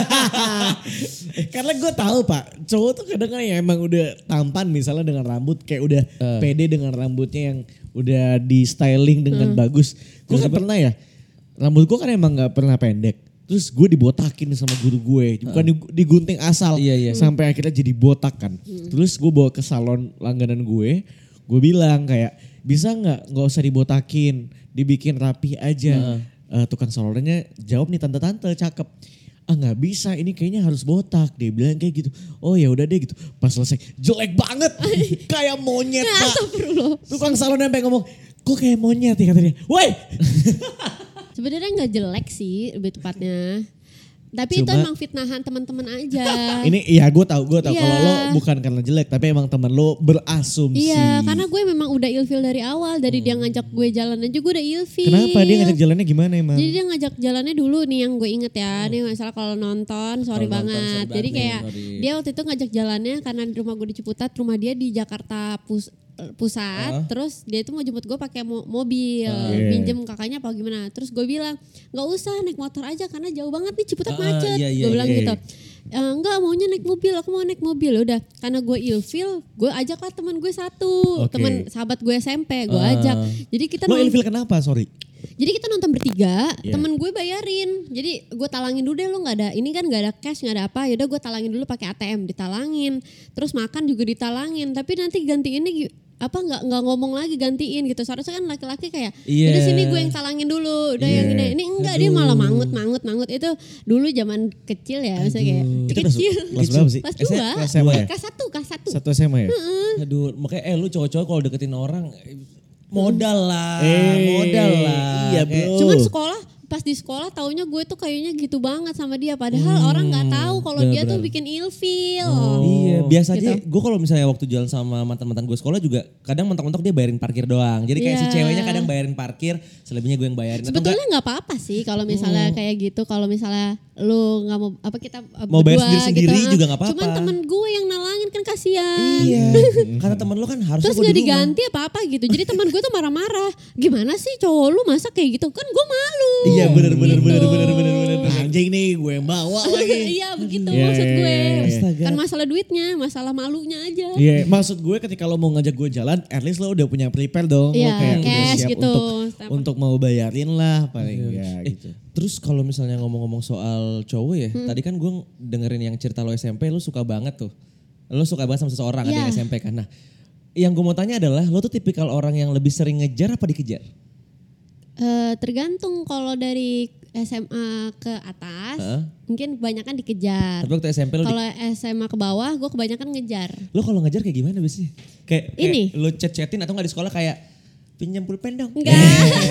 Karena gue tahu Pak, cowok tuh kadang kan ya emang udah tampan misalnya dengan rambut kayak udah pede dengan rambutnya yang udah di styling dengan bagus. Gue kan pernah ya, rambut gue kan emang nggak pernah pendek. Terus gue dibotakin sama guru gue, bukan digunting asal, sampai akhirnya jadi botak kan. Terus gue bawa ke salon langganan gue bilang kayak bisa nggak usah dibotakin, dibikin rapi aja. Tukang salonnya jawab nih, tante-tante cakep. Nggak bisa, ini kayaknya harus botak. Dia bilang kayak gitu. Oh ya udah deh gitu. Pas selesai jelek banget, kayak monyet Pak. Tukang salonnya sampai ngomong, kok kayak monyet ya katanya. Woi.
Sebenarnya nggak jelek sih lebih tepatnya. Tapi itu emang fitnahan teman-teman aja.
Ini ya gue tahu kalau lo bukan karena jelek, tapi emang teman lo berasumsi.
Iya, karena gue memang udah ilfil dari awal, dari dia ngajak gue jalan aja gue udah ilfil.
Kenapa dia ngajak jalannya gimana emang?
Jadi dia ngajak jalannya dulu nih yang gue inget ya. Nih masalah kalau nonton, sorry banget. Jadi kayak dia waktu itu ngajak jalannya karena di rumah gue di Ciputat, rumah dia di Jakarta Pusat, terus dia itu mau jemput gue pakai mobil, pinjem kakaknya apa gimana. Terus gue bilang nggak usah naik motor aja karena jauh banget nih Ciputat macet. Gue bilang gitu. Enggak, maunya naik mobil, aku mau naik mobil. Udah, karena gue ilfil, gue ajaklah teman gue satu, teman sahabat gue SMP, gue ajak. Jadi kita
lo ilfil kenapa? Sorry.
Jadi kita nonton bertiga, temen gue bayarin. Jadi gue talangin dulu deh, lo nggak ada, ini kan nggak ada cash, nggak ada apa. Yaudah gue talangin dulu pakai ATM, ditalangin. Terus makan juga ditalangin. Tapi nanti gantiinnya nggak ngomong lagi gantiin gitu. Seharusnya kan laki-laki kayak, udah sini gue yang talangin dulu, udah yang ini enggak. Dia malah mangut. Itu dulu zaman kecil ya, misalnya kayak kecil.
Kelas berapa sih?
Kelas 2, kelas 1.
Satu SMA ya?
Aduh, makanya lu cowok-cowok kalau deketin orang modal lah.
Iya bro.
Cuman pas di sekolah taunya gue tuh kayaknya gitu banget sama dia. Padahal orang gak tahu kalau dia tuh bikin ilfil.
Iya, biasa
gitu.
aja. Gue kalau misalnya waktu jalan sama mantan-mantan gue sekolah juga kadang mentok-mentok dia bayarin parkir doang. Jadi kayak si ceweknya kadang bayarin parkir, selebihnya gue yang bayarin.
Sebetulnya nggak apa-apa sih kalau misalnya kayak gitu. Kalau misalnya lu nggak mau kita
mau bayar
berdua
sendiri
gitu,
juga nggak apa-apa.
Cuman temen gue yang nalangin kan kasihan.
Iya. Karena temen lu kan harusnya
terus nggak diganti apa-apa gitu. Jadi teman gue tuh marah-marah. Gimana sih cowok lu masa kayak gitu? Kan gue malu.
Iya bener.
Anjing nih gue yang bawa lagi.
Iya begitu maksud gue.
Astaga.
Kan masalah duitnya, masalah malunya aja.
Iya, maksud gue ketika lo mau ngajak gue jalan, at least lo udah punya prepare dong.
Iya,
lo kayak udah
cash
siap
gitu.
untuk mau bayarin lah paling gitu.
Terus kalau misalnya ngomong-ngomong soal cowok ya, tadi kan gue dengerin yang cerita lo SMP, lo suka banget tuh. Lo suka banget sama seseorang ada yang SMP kan. Nah, yang gue mau tanya adalah lo tuh tipikal orang yang lebih sering ngejar apa dikejar?
Tergantung, kalau dari SMA ke atas mungkin kebanyakan dikejar.
Tapi waktu SMP lo
kalau SMA ke bawah gue kebanyakan ngejar.
Lo kalau ngejar kayak gimana biasanya? Kayak lo chat-chatin atau nggak di sekolah kayak pinjam pulpen dong?
Enggak.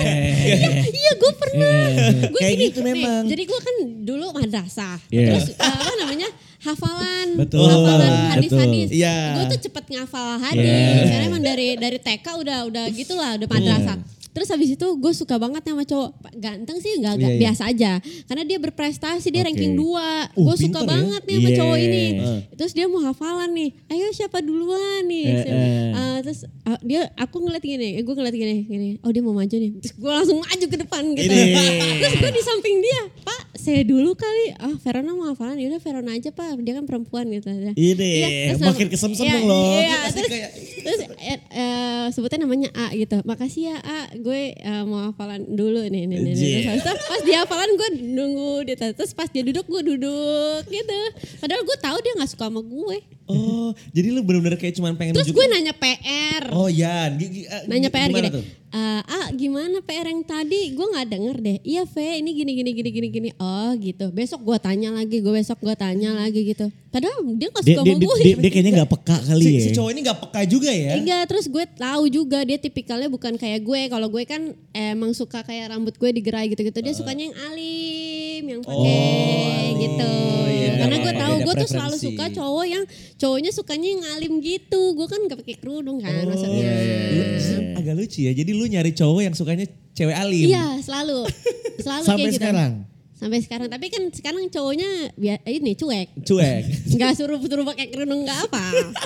Iya gue pernah. Gue
kayak
gini,
gitu memang.
Jadi gue kan dulu madrasah.
Yeah.
Terus hafalan.
Betul.
Hafalan hadis-hadis.
Iya.
Gue tuh cepet ngafal hadis. Karena emang dari TK udah gitulah, udah madrasah. Terus habis itu gue suka banget sama cowok ganteng sih, nggak biasa aja. Karena dia berprestasi, dia ranking 2. Gue suka banget nih sama cowok ini. Terus dia mau hafalan nih, ayo siapa duluan nih. Terus aku ngeliat gini, gue ngeliat gini. Oh dia mau maju nih. Terus gue langsung maju ke depan gitu. Terus gue di samping dia, Pak saya dulu kali, Verona mau hafalan, yaudah Verona aja Pak, dia kan perempuan gitu.
Ini
Iya, terus
makin
nama-
kesem-sem
iya,
dong loh.
Iya, terus sebutnya namanya A gitu. Makasih ya A, gue mau hafalan dulu nih.
Anjir.
Terus pas dia hafalan gue nunggu dia. Terus pas dia duduk gue duduk gitu. Padahal gue tahu dia nggak suka sama gue.
Oh, jadi lu benar-benar kayak cuman pengen
Terus gue nanya PR.
Oh ya,
Nanya PR
gimana
gini.
tuh?
Gimana PR yang tadi? Gue nggak denger deh. Iya V, ini gini. Oh gitu. Besok gue tanya lagi gitu. Padahal dia nggak suka sama gue.
Dia kayaknya nggak peka kali ya.
Si cowok ini gak peka juga ya?
Enggak, terus gue tahu juga dia tipikalnya bukan kayak gue. Kalau gue kan emang suka kayak rambut gue digerai gitu-gitu. Dia sukanya yang alim, yang pakai gitu.
iya,
Karena
iya,
gue
iya,
tahu
beda
gue tuh selalu
preferensi.
suka cowok yang cowoknya sukanya yang alim gitu. Gue kan gak pakai kerudung kan maksudnya.
Agak lucu ya. Jadi lu nyari cowok yang sukanya cewek alim.
Iya, selalu
Sampai
kayak gitu.
sekarang.
Sampai sekarang. Tapi kan sekarang cowoknya ini cuek.
Cuek.
Nggak suruh pakai kerudung nggak apa.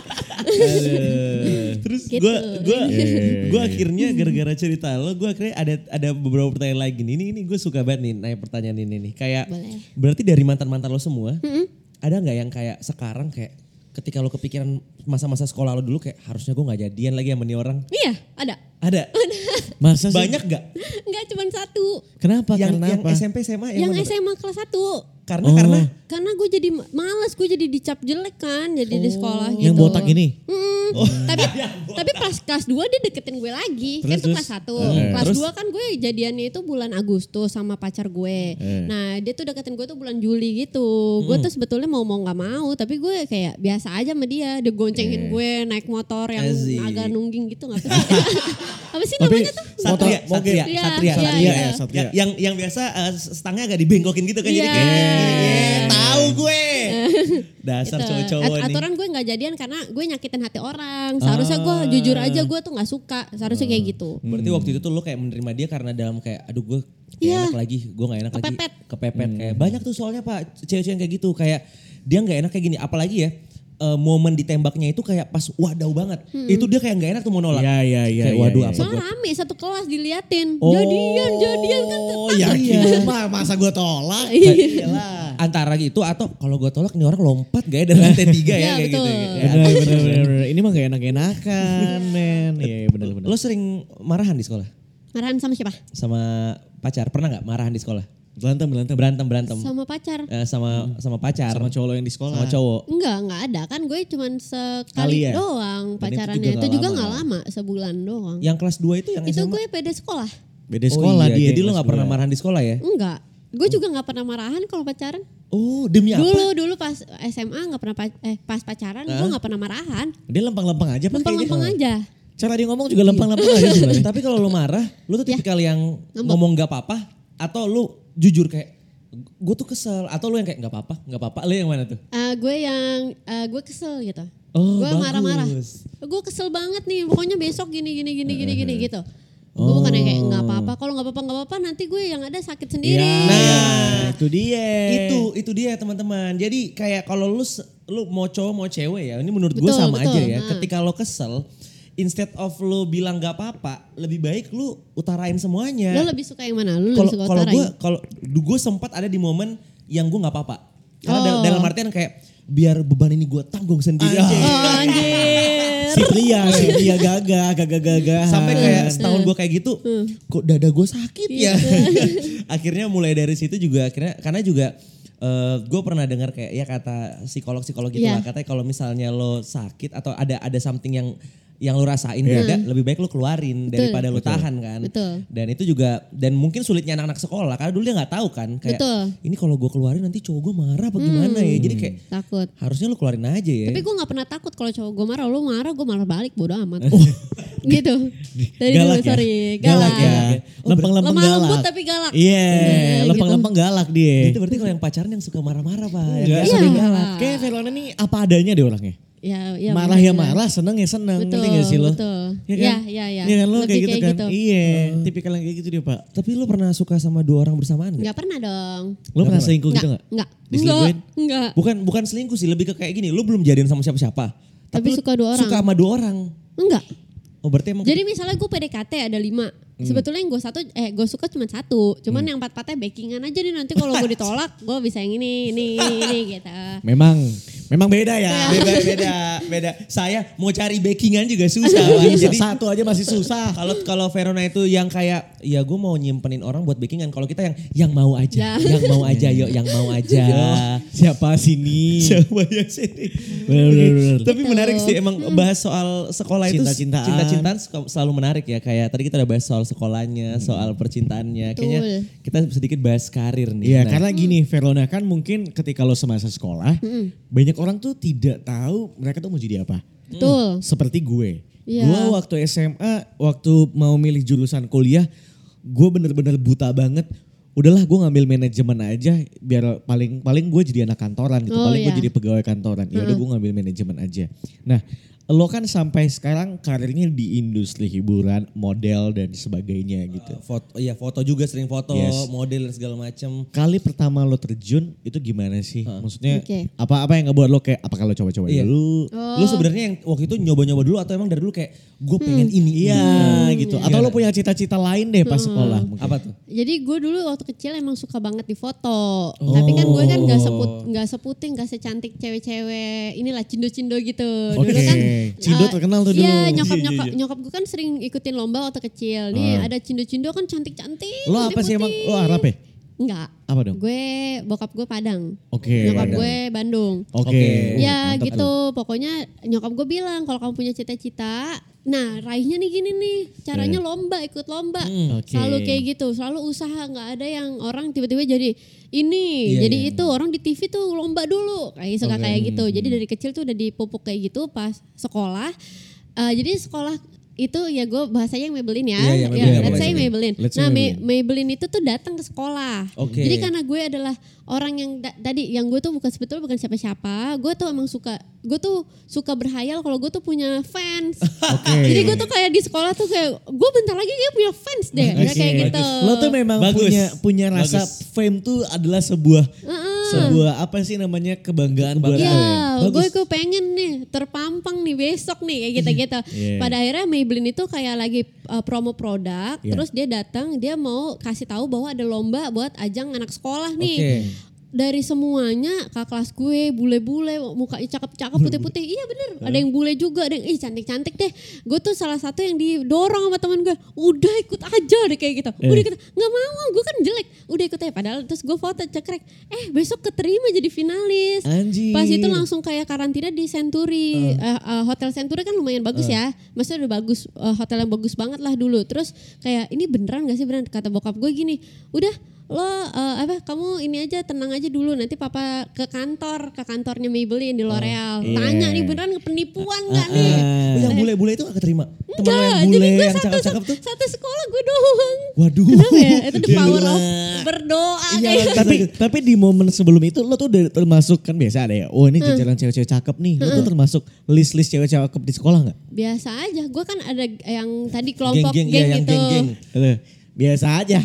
Terus
Gitu.
gue akhirnya gara-gara cerita lo, gue akhirnya ada beberapa pertanyaan lagi nih. Ini gue suka banget nih nanya pertanyaan ini nih. Kayak
Boleh.
berarti dari mantan-mantan lo semua, ada nggak yang kayak sekarang kayak ketika lo kepikiran masa-masa sekolah lo dulu kayak harusnya gue nggak jadian lagi sama nih orang?
Iya, ada.
Ada.
Masa sih?
Banyak gak?
Enggak cuma satu.
Kenapa?
Yang
Karena apa?
SMP SMA
Yang
mana?
SMA kelas 1.
Karena
Karena gue jadi malas, gue jadi dicap jelek kan, jadi di sekolah gitu.
Yang botak ini?
Tapi pas kelas 2 dia deketin gue lagi. Kan itu
Terus?
kelas 1. Kelas
Terus?
2 kan gue jadiannya itu bulan Agustus sama pacar gue. Nah dia tuh deketin gue tuh bulan Juli gitu. Gue tuh sebetulnya mau gak mau, tapi gue kayak biasa aja sama dia. Dia goncengin gue naik motor yang
Asik.
agak nungging gitu. Gak apa sih? Apa sih
Tapi
namanya tuh?
Satria,
Moge.
Iya,
Satria.
iya,
iya. Satria.
Yang biasa stangnya agak dibengkokin gitu kan, jadi
Iya.
kayak gini, tahu gue. Dasar
Gitu.
cowok-cowok nih.
Aturan gue nggak jadian karena gue nyakitin hati orang. Seharusnya gue jujur aja gue tuh nggak suka. Seharusnya kayak gitu.
Berarti waktu itu tuh lo kayak menerima dia karena dalam kayak aduh gue gak
Iya.
enak lagi, gue gak enak
Kepepet.
lagi. Kepepet. Kayak banyak tuh soalnya Pak, cewek-cewek yang kayak gitu. Kayak dia gak enak kayak gini. Apalagi ya momen ditembaknya itu kayak pas wadaw banget. Itu dia kayak gak enak tuh mau nolak.
Iya.
Kayak waduh apa
Soalnya
gue.
rame satu kelas diliatin.
Oh.
Jadian kan.
Oh yakin mah masa gue tolak?
Iya.
Iyalah.
Antara gitu atau kalau gue tolak nih orang lompat gak ya dari lantai 3 ya
Iya,
kayak gitu.
betul.
Ya,
Bener. Ini mah gak enak-enakan men. Iya bener.
Lo sering marahan di sekolah?
Marahan sama siapa?
Sama pacar? Pernah gak marahan di sekolah?
Berantem.
Berantem.
Sama pacar.
Sama pacar.
Sama cowok lo yang di sekolah.
Sama cowok.
Enggak ada kan gue cuman sekali
Sekali ya?
doang
Dan itu
pacarannya.
juga
Itu
nggak
juga
lama
nggak
ya?
lama, sebulan doang.
Yang kelas 2 itu yang
Itu
SMA?
gue pede sekolah.
Beda sekolah
iya,
dia.
Jadi lo
kelas
gak pernah
dua.
marahan di sekolah ya?
Enggak. Gue juga nggak pernah marahan kalau pacaran.
Oh demi apa?
Dulu pas SMA nggak pernah pas pacaran gue nggak pernah marahan.
Dia lempeng-lempeng aja Pak,
Lempeng-lempeng
kayaknya.
aja.
Cara dia ngomong juga lempeng-lempeng aja sebenarnya.
Tapi kalau lo marah, lo tuh tipikal yang
Ngambek.
ngomong gak apa-apa atau lo jujur kayak gue tuh kesel atau lo yang kayak gak apa-apa, lo yang mana tuh?
Gue kesel gitu.
Oh,
Gue
bagus.
marah-marah. Gue kesel banget nih. Pokoknya besok gini gitu. Gue bukan yang kayak nggak apa-apa. Kalau nggak apa-apa nanti gue yang ada sakit sendiri.
Nah, itu dia.
Itu dia teman-teman. Jadi kayak kalau lu mau cowok mau cewek ya, ini menurut gue
Betul,
sama
betul.
aja ya.
Nah.
Ketika lo kesel, instead of lo bilang gak apa-apa, lebih baik lu utarain semuanya.
Lo lebih suka yang mana? Lo lebih suka utarain?
Kalau gue sempat ada di momen yang gue nggak apa-apa. Karena
Oh.
dalam artian kayak biar beban ini gue tanggung sendiri.
Oh, anjir.
Si Pria gagah.
Sampai kayak setahun gue kayak gitu, kok dada gue sakit ya. Akhirnya mulai dari situ juga akhirnya karena juga gue pernah dengar kayak ya kata psikolog gitu
Iya.
lah, katanya kalau misalnya lo sakit atau ada something yang lo rasain beda, lebih baik lo keluarin daripada lo tahan kan.
Betul.
Dan itu juga dan mungkin sulitnya anak-anak sekolah karena dulu dia nggak tahu kan kayak
Betul.
ini kalau gue keluarin nanti cowok gue marah apa gimana ya. Jadi kayak
Takut.
harusnya lo keluarin aja ya.
Tapi gue gak pernah takut kalau cowok gue marah. Lo marah gue malah balik bodo amat. Gitu. Dari
Galak
dulu
ya?
sorry.
Galak ya. Lempeng-lempeng
Lemah lembut
galak.
tapi galak.
Iya,
Gitu.
lempeng-lempeng galak dia.
itu berarti kalau yang pacaran yang suka marah-marah Pak.
Enggak,
Yang
Iya.
sering galak. Kayak Verona nih apa adanya deh orangnya.
Ya,
Marah ya marah, seneng ya seneng.
Betul,
Ngerti gak sih lo?
betul.
Iya kan?
Iya.
Iya kan lo
Lebih
kayak gitu
kayak
kan?
gitu.
Iya, tipikal yang kayak gitu dia Pak.
Tapi lo pernah suka sama 2 orang bersamaan gak?
Gak pernah dong.
Lo pernah selingkuh gitu gak?
Enggak.
Diselingkuhin?
Enggak.
Bukan selingkuh sih, lebih ke kayak gini. Lu belum jadian sama siapa-siapa.
Tapi
lu
suka 2 orang.
Suka sama 2 orang.
Enggak.
Oh berarti emang
Jadi misalnya gue PDKT ada 5. Sebetulnya yang gue suka cuma satu. Cuman yang 4-4-nya backingan aja nih, nanti kalau gue ditolak gue bisa yang ini gitu.
Memang beda ya.
Beda. Saya mau cari backingan juga susah. Wan.
Jadi
Jadi
satu aja masih susah.
kalau Verona itu yang kayak ya gue mau nyimpenin orang buat backingan. Kalau kita yang mau aja, yang mau aja yuk, yang mau aja.
Siapa sini?
Siapa yang sini?
Bener.
Tapi menarik sih emang bahas soal sekolah itu
Cinta-cintaan.
cinta-cintaan selalu menarik ya. Kayak tadi kita udah bahas soal sekolahnya, soal percintaannya. Kayaknya kita sedikit bahas karir nih.
Iya,
Nah,
karena gini, Verona kan mungkin ketika lo semasa sekolah, banyak orang tuh tidak tahu mereka tuh mau jadi apa.
Betul.
Seperti gue.
Iya.
Gue waktu SMA, waktu mau milih jurusan kuliah, gue bener-bener buta banget. Udahlah gue ngambil manajemen aja biar paling gue jadi anak kantoran gitu.
Oh,
Paling gue
iya.
jadi pegawai kantoran. Ya udah gue ngambil manajemen aja. Nah, lo kan sampai sekarang karirnya di industri hiburan, model dan sebagainya gitu.
foto juga sering foto,
Yes.
model dan segala macem.
Kali pertama lo terjun itu gimana sih? Maksudnya
Oke.
apa yang ngebuat lo kayak apa kalau coba-coba
Iya.
dulu?
Lu sebenarnya yang waktu itu nyoba-nyoba dulu atau emang dari dulu kayak gue pengen ini?
Iya gitu. Atau lo punya cita-cita lain deh pas sekolah mungkin.
Apa tuh?
Jadi gue dulu waktu kecil emang suka banget di foto. Tapi kan gue kan nggak seputing, nggak secantik cewek-cewek inilah cindo-cindo gitu.
Oke.
Dulu kan
Cindo terkenal tuh dulu.
Iya, nyokap gue kan sering ikutin lomba waktu kecil. Nih ada cindo-cindo kan cantik-cantik.
Lo apa sih emang? Lo Arab ya?
Enggak.
Apa dong?
Gue bokap gue Padang.
Oke.
Nyokap
Padang.
gue Bandung.
Oke.
Ya
Mantap
gitu, pokoknya nyokap gue bilang kalau kamu punya cita-cita, nah raihnya nih gini nih, caranya lomba, ikut lomba.
Oke.
Selalu kayak gitu, selalu usaha, nggak ada yang orang tiba-tiba jadi ini,
Iya,
jadi
iya.
itu orang di TV tuh lomba dulu, kayak suka kayak gitu. Jadi dari kecil tuh udah dipupuk kayak gitu pas sekolah. Jadi sekolah itu ya gue bahasanya yang Maybelline ya.
Iya, iya, Maybelline,
Let's say
Maybelline.
Maybelline.
Let's say
Nah
Maybelline.
Maybelline itu tuh datang ke sekolah.
Oke.
Jadi karena gue adalah orang yang tadi yang gue tuh sebetulnya bukan siapa-siapa. Gue tuh emang suka berhayal kalau gue tuh punya fans.
Oke.
Jadi gue tuh kayak di sekolah tuh kayak gue bentar lagi kayak punya fans deh. Udah kayak gitu.
Lo tuh memang
Bagus.
punya rasa
Bagus.
fame tuh adalah sebuah apa sih namanya kebanggaan buat lo ya.
Iya, gue pengen nih terpampang nih besok nih kayak gitu-gitu.
Iya.
Pada akhirnya Maybelline itu kayak lagi promo produk,
Iya.
terus dia datang, dia mau kasih tahu bahwa ada lomba buat ajang anak sekolah nih.
Oke.
Dari semuanya kakak kelas gue bule-bule mukanya cakep-cakep putih-putih, iya bener, ada yang bule juga, ada yang cantik-cantik deh. Gue tuh salah satu yang didorong sama teman gue, udah ikut aja deh kayak gitu. Udah ikut, nggak mau, gue kan jelek, udah ikut aja. Padahal terus gue foto cekrek, besok keterima jadi finalis.
Anjir.
Pas itu langsung kayak karantina di Century, hotel Century kan lumayan bagus ya, maksudnya udah bagus, hotel yang bagus banget lah dulu. Terus kayak ini beneran gak sih, beneran, kata bokap gue gini, udah lo kamu ini aja tenang aja dulu, nanti papa ke kantornya Maybelline di L'Oreal,
iya.
tanya nih beneran penipuan nggak nih.
Oh, yang bule-bule itu gak keterima? Temen lo yang
Enggak,
bule,
jadi gue
yang cakep-cakep tuh?
satu sekolah gue doang.
Waduh.
Kenapa ya? Itu the
Dia
power
luar.
of berdoa
Iya,
kayak.
tapi di momen sebelum itu lo tuh udah termasuk, kan biasa ada ya, oh ini jajaran cewek-cewek cakep nih. Lo tuh termasuk list cewek cakep di sekolah gak?
Biasa aja, gue kan ada yang tadi kelompok
Geng-geng,
geng
iya, yang
gitu.
geng-geng.
Biasa aja.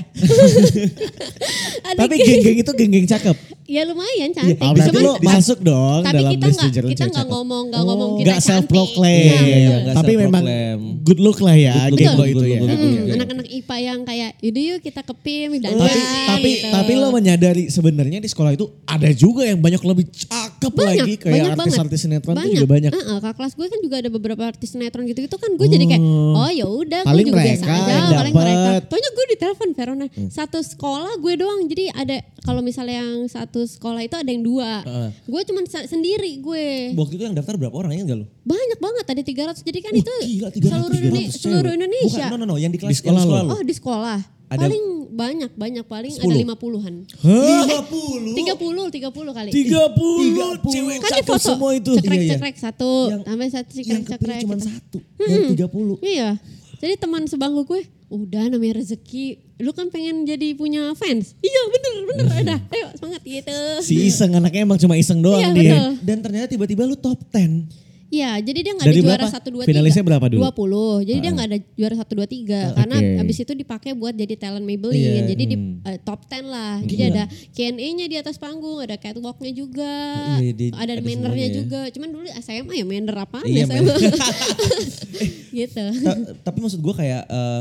Ada
Tapi geng-geng itu geng-geng cakep.
ya lumayan cantik.
Oh, berarti
Cuman
lo masuk dong
tapi
dalam
kita
list
nggak
jajaran
kita
cewek
nggak
cakep.
ngomong kita
Nggak self
cantik.
proclaim.
Iya,
Iya,
betul.
nggak
Tapi memang
self-proclaim.
good look lah ya
Good
geng
look,
lo itu ya.
Anak-anak IPA yang kayak yaudah yuk kita ke PIM dan
Tapi lo menyadari sebenarnya di sekolah itu ada juga yang banyak lebih cakep lagi kayak artis-artis sinetron itu juga banyak.
Kak kelas gue kan juga ada beberapa artis sinetron gitu kan gue jadi kayak oh ya udah gue
Paling
juga biasa
mereka
aja
yang
paling mereka.
dapet.
Pokoknya gue ditelepon Verona satu sekolah gue doang, jadi ada kalau misalnya yang satu sekolah itu ada yang dua, gue cuma sendiri gue.
Waktu itu yang daftar berapa orang ya enggak lo?
Banyak banget, ada 300, jadi kan
Wah,
itu
gila, 300
seluruh Indonesia.
Bukan, no, yang di kelas
Di sekolah
yang
lo?
Oh di sekolah.
Ada-
Paling banyak paling
10.
ada 50-an.
50?
30 kali.
30 cewek
Kan di
cakep
foto
semua itu.
cekrek satu,
Yang-
tambah satu
Yang
cekrek.
kepilih cuma satu. Yang 30.
Iya. Jadi teman sebangku gue, udah namanya rezeki, lu kan pengen jadi punya fans. Iya bener, udah, ayo semangat gitu.
Si iseng anaknya emang cuma iseng doang
Iya,
dia.
betul.
Dan ternyata tiba-tiba lu top 10.
Iya, jadi dia nggak
Dari
ada juara
berapa?
1, 2, 3.
Finalisnya berapa dulu?
20. Jadi dia nggak ada juara 1, 2, 3. Karena
Oke.
abis itu dipakai buat jadi talent Maybelline.
Iya.
Jadi di top 10 lah. Jadi ada Q&A-nya di atas panggung, ada catwalk-nya juga.
Iya,
ada
ada
manner-nya
semuanya ya.
juga. Cuman dulu SMA ya manner apaan
Iya,
ya SMA. Gitu.
Tapi maksud gue kayak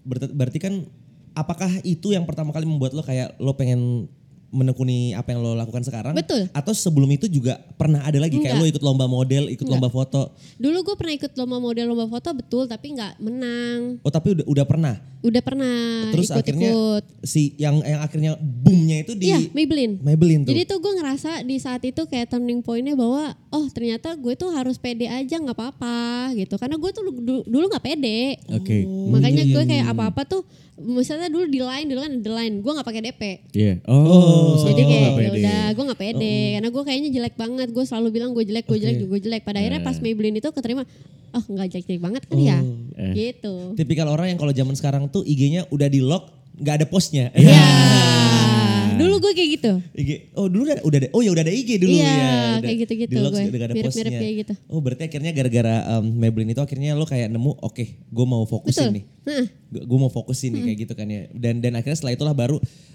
berarti kan apakah itu yang pertama kali membuat lo kayak lo pengen menekuni apa yang lo lakukan sekarang?
Betul.
Atau sebelum itu juga pernah ada lagi kayak
Enggak.
lo ikut lomba model, ikut
Enggak.
lomba foto?
Dulu gue pernah ikut lomba model, lomba foto betul, tapi nggak menang.
Oh tapi udah pernah.
Udah pernah
Terus akhirnya
ikut-ikut.
si yang akhirnya boomnya itu di
Iya, Maybelline.
Maybelline tuh.
Jadi tuh gue ngerasa di saat itu kayak turning pointnya bahwa ternyata gue tuh harus pede aja nggak apa-apa gitu. Karena gue tuh dulu nggak pede.
Oke.
Makanya gue kayak apa-apa tuh, misalnya dulu di line, dulu kan ada line, gue nggak pakai DP.
Iya. Oh,
Jadi
soalnya
kayak
nggak
ya
pede.
udah gue nggak pede karena gue kayaknya jelek banget. Gue selalu bilang gue jelek. Pada akhirnya pas Maybelline itu keterima, nggak jelek banget kan ya, gitu.
Tipikal orang yang kalau zaman sekarang tuh IG-nya udah di lock, nggak ada postnya.
Ya, dulu gue kayak gitu.
IG, dulu udah ada IG dulu
Iya,
ya.
kayak gitu-gitu
di lock
gue.
udah gak ada
Mirip-mirip
postnya.
kayak gitu.
Oh berarti akhirnya gara-gara Maybelline itu akhirnya lo kayak nemu oke, gue mau fokusin
Betul.
nih. Gue mau fokusin nih kayak gitu kan ya. Dan akhirnya setelah itulah baru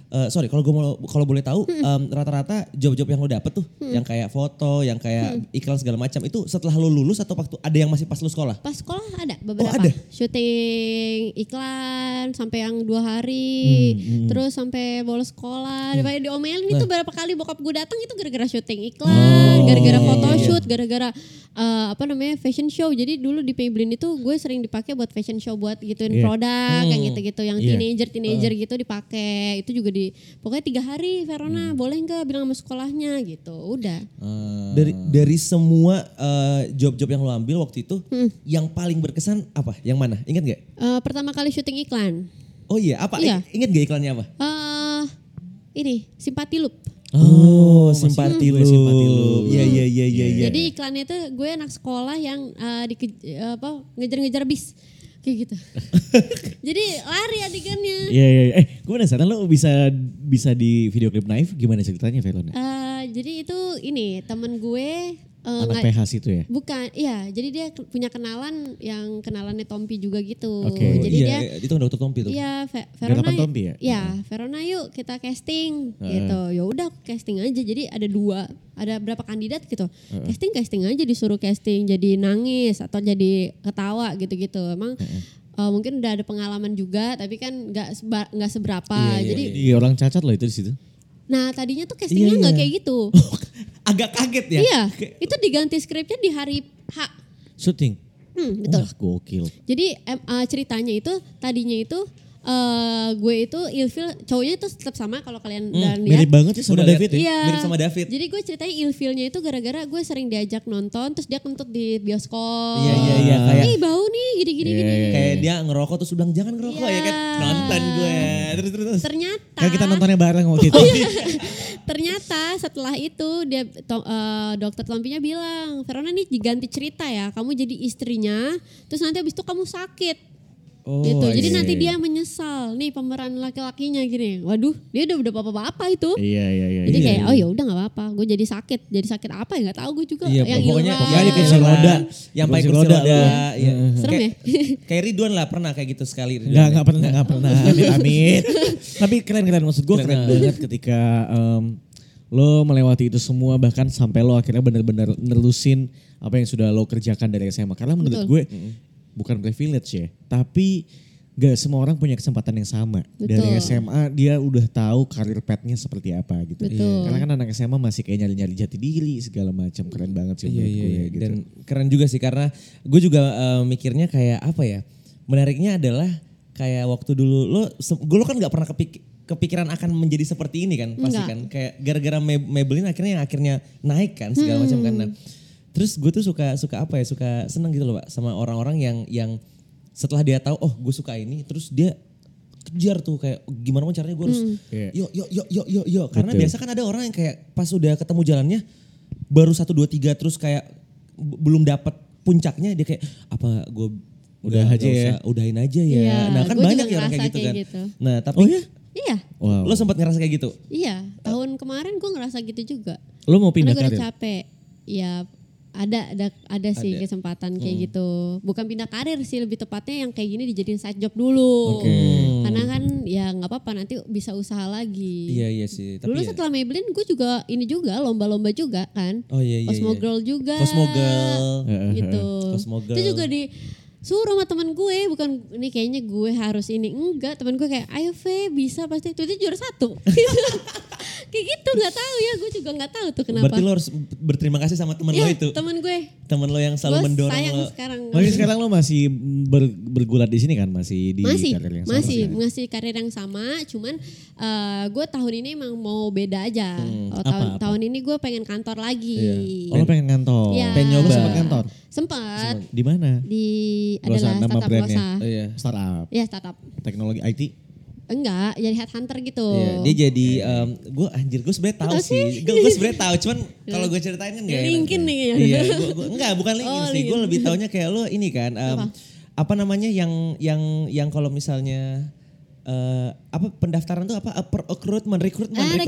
kalau boleh tahu rata-rata job-job yang lo dapet tuh yang kayak foto, yang kayak iklan segala macam itu setelah lo lulus atau waktu ada yang masih pas lo sekolah?
Pas sekolah ada beberapa.
ada?
Syuting iklan sampai yang 2 hari. Terus sampai bolos sekolah. Daripada diomelin itu berapa kali bokap gue datang itu gara-gara syuting iklan. Gara-gara photoshoot. Gara-gara fashion show. Jadi dulu di Maybelline itu gue sering dipakai buat fashion show. Buat gituin produk. Yang gitu-gitu. Yang teenager gitu dipakai. Itu juga pokoknya 3 hari Verona boleh gak bilang sama sekolahnya gitu. Udah.
Dari semua job-job yang lo ambil waktu itu yang paling berkesan apa? Yang mana? Ingat gak?
Pertama kali syuting iklan.
Oh iya, apa?
Iya.
Ingat gak iklannya apa?
Ini Simpati Loop.
Oh, Simpati Loop.
Simpati Loop.
Iya.
Jadi iklannya tuh gue anak sekolah yang ngejar-ngejar bis kayak gitu. Jadi lari adegannya.
Iya. Gue penasaran lo bisa di video klip Naif gimana ceritanya Verona?
Jadi itu ini temen gue.
Anak PH situ ya?
Bukan, iya. Jadi dia punya kenalan yang kenalannya Tompi juga gitu.
Oke.
Jadi dia
itu kan Dr. Tompi tuh.
iya Verona.
Garapan Tompi ya?
Iya, Verona yuk kita casting gitu. Ya udah casting aja. Jadi ada berapa kandidat gitu. Casting aja disuruh casting jadi nangis atau jadi ketawa gitu-gitu. Emang mungkin udah ada pengalaman juga tapi kan nggak seberapa. Jadi
Iya, orang cacat loh itu di situ.
nah tadinya tuh castingnya nggak kayak gitu.
Agak kaget ya?
Iya, itu diganti skripnya di hari H.
Syuting.
Betul.
Wah, gokil.
Jadi ceritanya itu tadinya itu gue itu ilfil, cowoknya itu tetap sama kalau kalian udah lihat.
Mirip banget ya sama
Udah
David ya?
Iya.
Mirip sama David.
Jadi gue ceritanya ilfilnya itu gara-gara gue sering diajak nonton terus dia kentut di bioskop.
Iya, kayak
Ih bau nih gini-gini.
kayak dia ngerokok terus bilang jangan ngerokok ya kan. Nonton gue. Terus.
Ternyata
Kan kita nontonnya bareng waktu itu.
ternyata setelah itu dia dokter Tompinya bilang, Verona nih diganti cerita ya, kamu jadi istrinya, terus nanti abis itu kamu sakit. Gitu. Jadi nanti dia menyesal nih pemeran laki-lakinya gini. Waduh, dia udah bapak-bapak itu.
Iya.
Jadi kayak ya udah nggak apa-apa. Gue jadi sakit apa ya nggak tahu gue juga.
Iya,
yang
pokoknya
ileral.
di kursi roda.
Yang pakai
Kursi
kursi
roda.
roda. Iya.
Serem ya?
Kayak Ridwan lah pernah kayak gitu sekali.
Enggak pernah. Amit. Tapi keren maksud gue keren banget ketika lo melewati itu semua bahkan sampai lo akhirnya benar-benar nerusin apa yang sudah lo kerjakan dari SMA. Karena menurut gue bukan privilege ya, tapi gak semua orang punya kesempatan yang sama.
Betul.
Dari SMA dia udah tahu karir path-nya seperti apa gitu.
Betul.
Karena kan anak SMA masih kayak nyari-nyari jati diri segala macam. Keren banget sih menurut gue gitu.
Dan keren juga sih karena gue juga mikirnya kayak apa ya. Menariknya adalah kayak waktu dulu lo kan gak pernah kepikiran akan menjadi seperti ini kan pasti kan. Kayak gara-gara Maybelline akhirnya naik kan segala macam kan. Nah, terus gue tuh suka seneng gitu loh Pak sama orang-orang yang setelah dia tahu gue suka ini terus dia kejar tuh kayak gimana pun caranya gue harus yuk karena
Betul.
biasa kan ada orang yang kayak pas udah ketemu jalannya baru 1 2 3 terus kayak belum dapat puncaknya dia kayak apa gue udahin aja ya.
Iya,
Nah kan
gue
banyak
juga
ya orang kayak
ngerasa
gitu
kayak
kan.
gitu.
Nah tapi
Iya.
Wow.
lo sempat ngerasa kayak gitu?
Iya, tahun kemarin gue ngerasa gitu juga.
Lo mau
Karena
pindah
gue udah
karir?
capek. Ya ada sih kesempatan kayak gitu. Bukan pindah karir sih, lebih tepatnya yang kayak gini dijadiin side job dulu. Karena kan ya nggak apa-apa nanti bisa usaha lagi.
Iya sih. Tapi
Dulu
ya.
setelah Maybelline gue juga lomba-lomba juga kan.
Oh iya.
Cosmo Girl juga.
Cosmo Girl.
Gitu.
Cosmo Girl.
Itu juga suruh sama teman gue, bukan ini kayaknya gue harus ini. Enggak, teman gue kayak ayo Fe bisa pasti. Itu juara 1. Kayak gitu, nggak tahu ya, gue juga nggak tahu tuh kenapa.
Berarti lo harus berterima kasih sama teman lo itu.
Teman gue.
Teman lo yang selalu
Gue
mendorong
sayang
lo.
sekarang.
Tapi sekarang lo masih bergulat di sini kan? Masih di karir yang sama kan?
Masih karir yang sama, cuman gue tahun ini emang mau beda aja.
Apa?
Tahun ini gue pengen kantor lagi.
Oh, lo pengen kantor?
Iya.
Pengen nyoba.
Lo sempat kantor?
Sempat.
Di mana?
Di
Glosa,
adalah
nama
startup
brandnya?
Glosa.
Oh, iya.
Startup,
Ya startup.
teknologi IT?
Enggak, jadi headhunter gitu.
Iya, dia jadi gue sebenarnya tahu sih. Gue sebenarnya tahu, cuman kalau gue ceritain kan enggak enak.
Linkin nih ya.
Iya, gue enggak bukan linkin
Oh,
sih. Gue lebih taunya kayak lo ini kan apa namanya yang kalau misalnya apa pendaftaran tuh apa rekrutmen gitu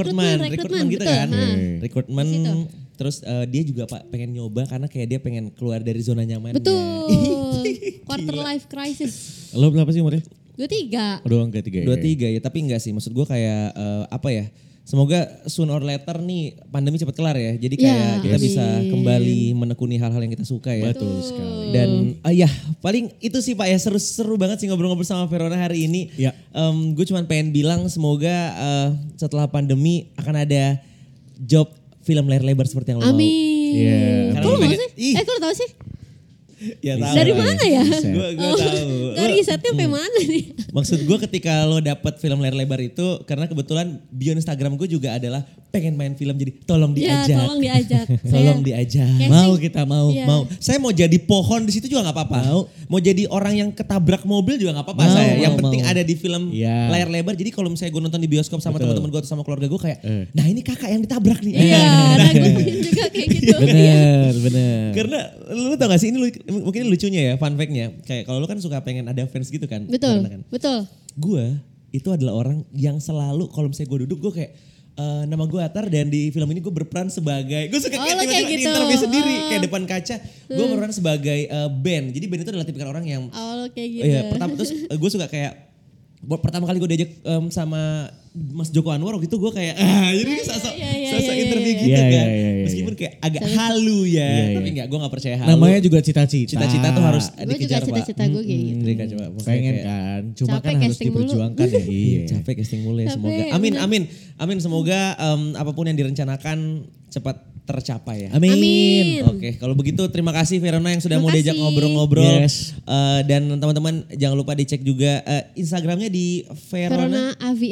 betul,
kan.
ha.
Rekrutmen
Di situ.
terus dia juga pengen nyoba karena kayak dia pengen keluar dari zona nyamannya.
Betul. Quarter life crisis.
Lo berapa sih umurnya?
23.
Oh, doang ketiga ya?
23 ya, tapi enggak sih. Maksud gue kayak apa ya? Semoga soon or later nih pandemi cepat kelar ya. Jadi kayak kita bisa kembali menekuni hal-hal yang kita suka ya.
Betul sekali.
Dan ya paling itu sih Pak ya, seru banget sih ngobrol-ngobrol sama Verona hari ini.
Ya.
Gue cuma pengen bilang semoga setelah pandemi akan ada job film layar lebar seperti yang lo mau.
Amin.
Iya.
Kok lo mau sih?
Ih.
Kok lo tau sih?
Ya, tahu
Dari
lah.
mana ya?
Gue tahu.
Gak risetnya sampai mana nih?
Maksud gue ketika lo dapet film layar lebar itu karena kebetulan bio Instagram gue juga adalah pengen main film, jadi tolong
Ya
diajak.
tolong diajak.
Tolong diajak.
Casting.
Mau kita mau.
Iya.
Mau. Saya mau jadi pohon di situ juga nggak apa-apa. Mau jadi orang yang ketabrak mobil juga nggak apa-apa
Mau,
saya. Yang
mau,
penting
mau.
ada di film
Iya.
layar lebar. Jadi kalau misalnya gue nonton di bioskop sama
Betul.
teman-teman gue atau sama keluarga gue kayak, nah ini kakak yang ditabrak nih.
Iya, nah gue juga kayak gitu.
Bener.
Karena lu tau gak sih ini mungkin ini lucunya ya, fun fact-nya. Kayak kalau lu kan suka pengen ada fans gitu kan.
Betul,
Karena kan.
betul.
Gue itu adalah orang yang selalu kalau misalnya gue duduk gue kayak nama gue Atar dan di film ini gue berperan sebagai, gue suka kayak
lo
tiba-tiba
kayak
di
gitu.
interview sendiri kayak depan kaca gue berperan sebagai band. Jadi band itu adalah tipikal orang yang
Lo kayak gitu.
iya, pertama terus gue suka kayak pertama kali gue diajak sama Mas Joko Anwar waktu itu gue kayak jadi sosok interview gitu
Iya,
kan.
iya, iya.
Meskipun kayak agak halu ya, tapi enggak, gue gak percaya halu.
Namanya juga cita-cita.
Cita-cita tuh harus
Gue juga
dikejar Pak.
cita-cita gue kayak gitu.
Dikejar, Pak. Makanya
Pengen
kayak,
kan, cuma
Capek
kan harus
casting mulu.
diperjuangkan ya.
Iya, capek casting mulai
Capek,
semoga. Amin. Semoga apapun yang direncanakan cepat tercapai ya.
Amin.
Oke, kalau begitu terima kasih Verona yang sudah
Terima
mau diajak
kasih.
ngobrol-ngobrol.
Yes.
Dan teman-teman jangan lupa dicek juga Instagramnya di
Verona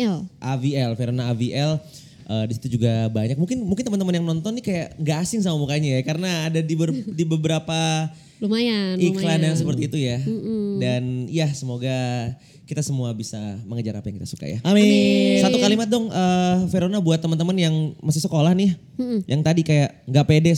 AVL.
Verona AVL. Di situ juga banyak. Mungkin teman-teman yang nonton nih kayak nggak asing sama mukanya ya, karena ada di beberapa
Lumayan.
iklan yang seperti itu ya. Dan ya semoga kita semua bisa mengejar apa yang kita suka ya.
Amin.
Satu kalimat dong Verona buat teman-teman yang masih sekolah nih, yang tadi kayak nggak pede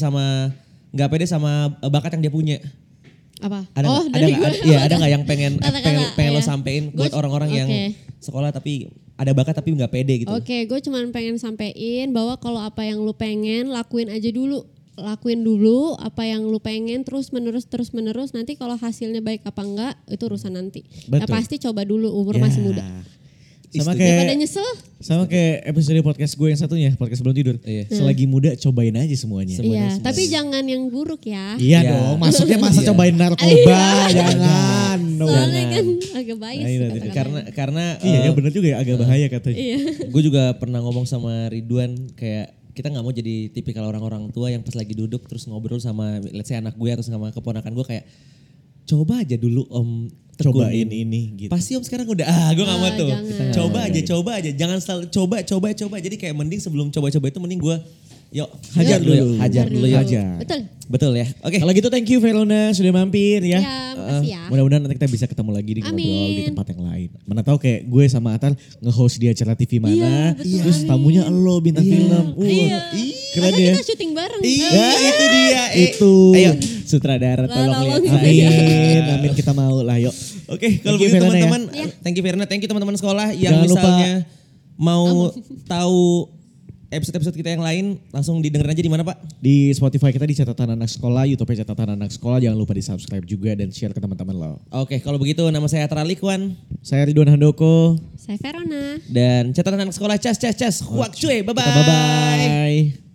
sama bakat yang dia punya.
Apa?
Ada nggak?
dari gue.
Ada nggak yang pengen lo
ya.
sampein buat orang-orang yang sekolah tapi ada bakat tapi nggak pede gitu?
Oke, gue cuman pengen sampein bahwa kalau apa yang lu pengen lakuin aja dulu. Lakuin dulu apa yang lu pengen terus menerus nanti kalau hasilnya baik apa enggak itu urusan nanti. Ya
Betul.
pasti coba dulu umur masih muda.
Sama
Daripada
kayak
nyesel.
episode podcast gue yang satunya, podcast sebelum tidur.
Iya.
Selagi muda cobain aja semuanya.
Iya, tapi jangan yang buruk ya.
Iya
Iya.
dong, maksudnya masa cobain narkoba, jangan.
Soalnya kan agak bias.
Nah, iya,
kata-katanya.
karena
Iya bener juga ya, agak bahaya katanya.
gue juga pernah ngomong sama Ridwan kayak kita nggak mau jadi tipikal orang-orang tua yang pas lagi duduk terus ngobrol sama let's say anak gue atau sama keponakan gue kayak coba aja dulu om
Cobain
tekunin.
ini gitu.
Pasti om sekarang udah gue nggak mau tuh.
jangan.
Coba aja jangan selalu coba. Jadi kayak mending sebelum coba-coba itu mending gue yuk
Hajar
yuk,
dulu.
hajar dulu yuk.
Hajar.
Betul.
Betul ya. Oke.
Kalau gitu thank you Verona sudah mampir ya.
Ya, makasih ya.
Mudah-mudahan nanti kita bisa ketemu lagi di ngobrol di
Amin.
tempat yang lain. Mana tahu kayak gue sama Atar nge-host di acara TV mana,
Iya, betul.
terus tamunya lo bintang film.
Iya.
Keren
Masa
ya.
kita syuting bareng.
Iya itu dia.
Itu
Ayo.
sutradara tolong
tolong.
lihat. Amin kita mau lah yuk.
Oke, kalau
Thank you,
begitu
Verona,
teman-teman,
ya.
thank you Verona, thank you teman-teman sekolah yang
Jangan lupa-
misalnya mau tahu episode-episode kita yang lain, langsung didengerin aja di mana Pak?
Di Spotify kita di Catatan Anak Sekolah, YouTube Catatan Anak Sekolah, jangan lupa di subscribe juga dan share ke teman-teman lo.
Oke, kalau begitu nama saya Atra Likwan
Saya Ridwan Handoko.
Saya Verona.
dan catatan anak sekolah cas. Huak cuy, bye-bye.
Bye-bye.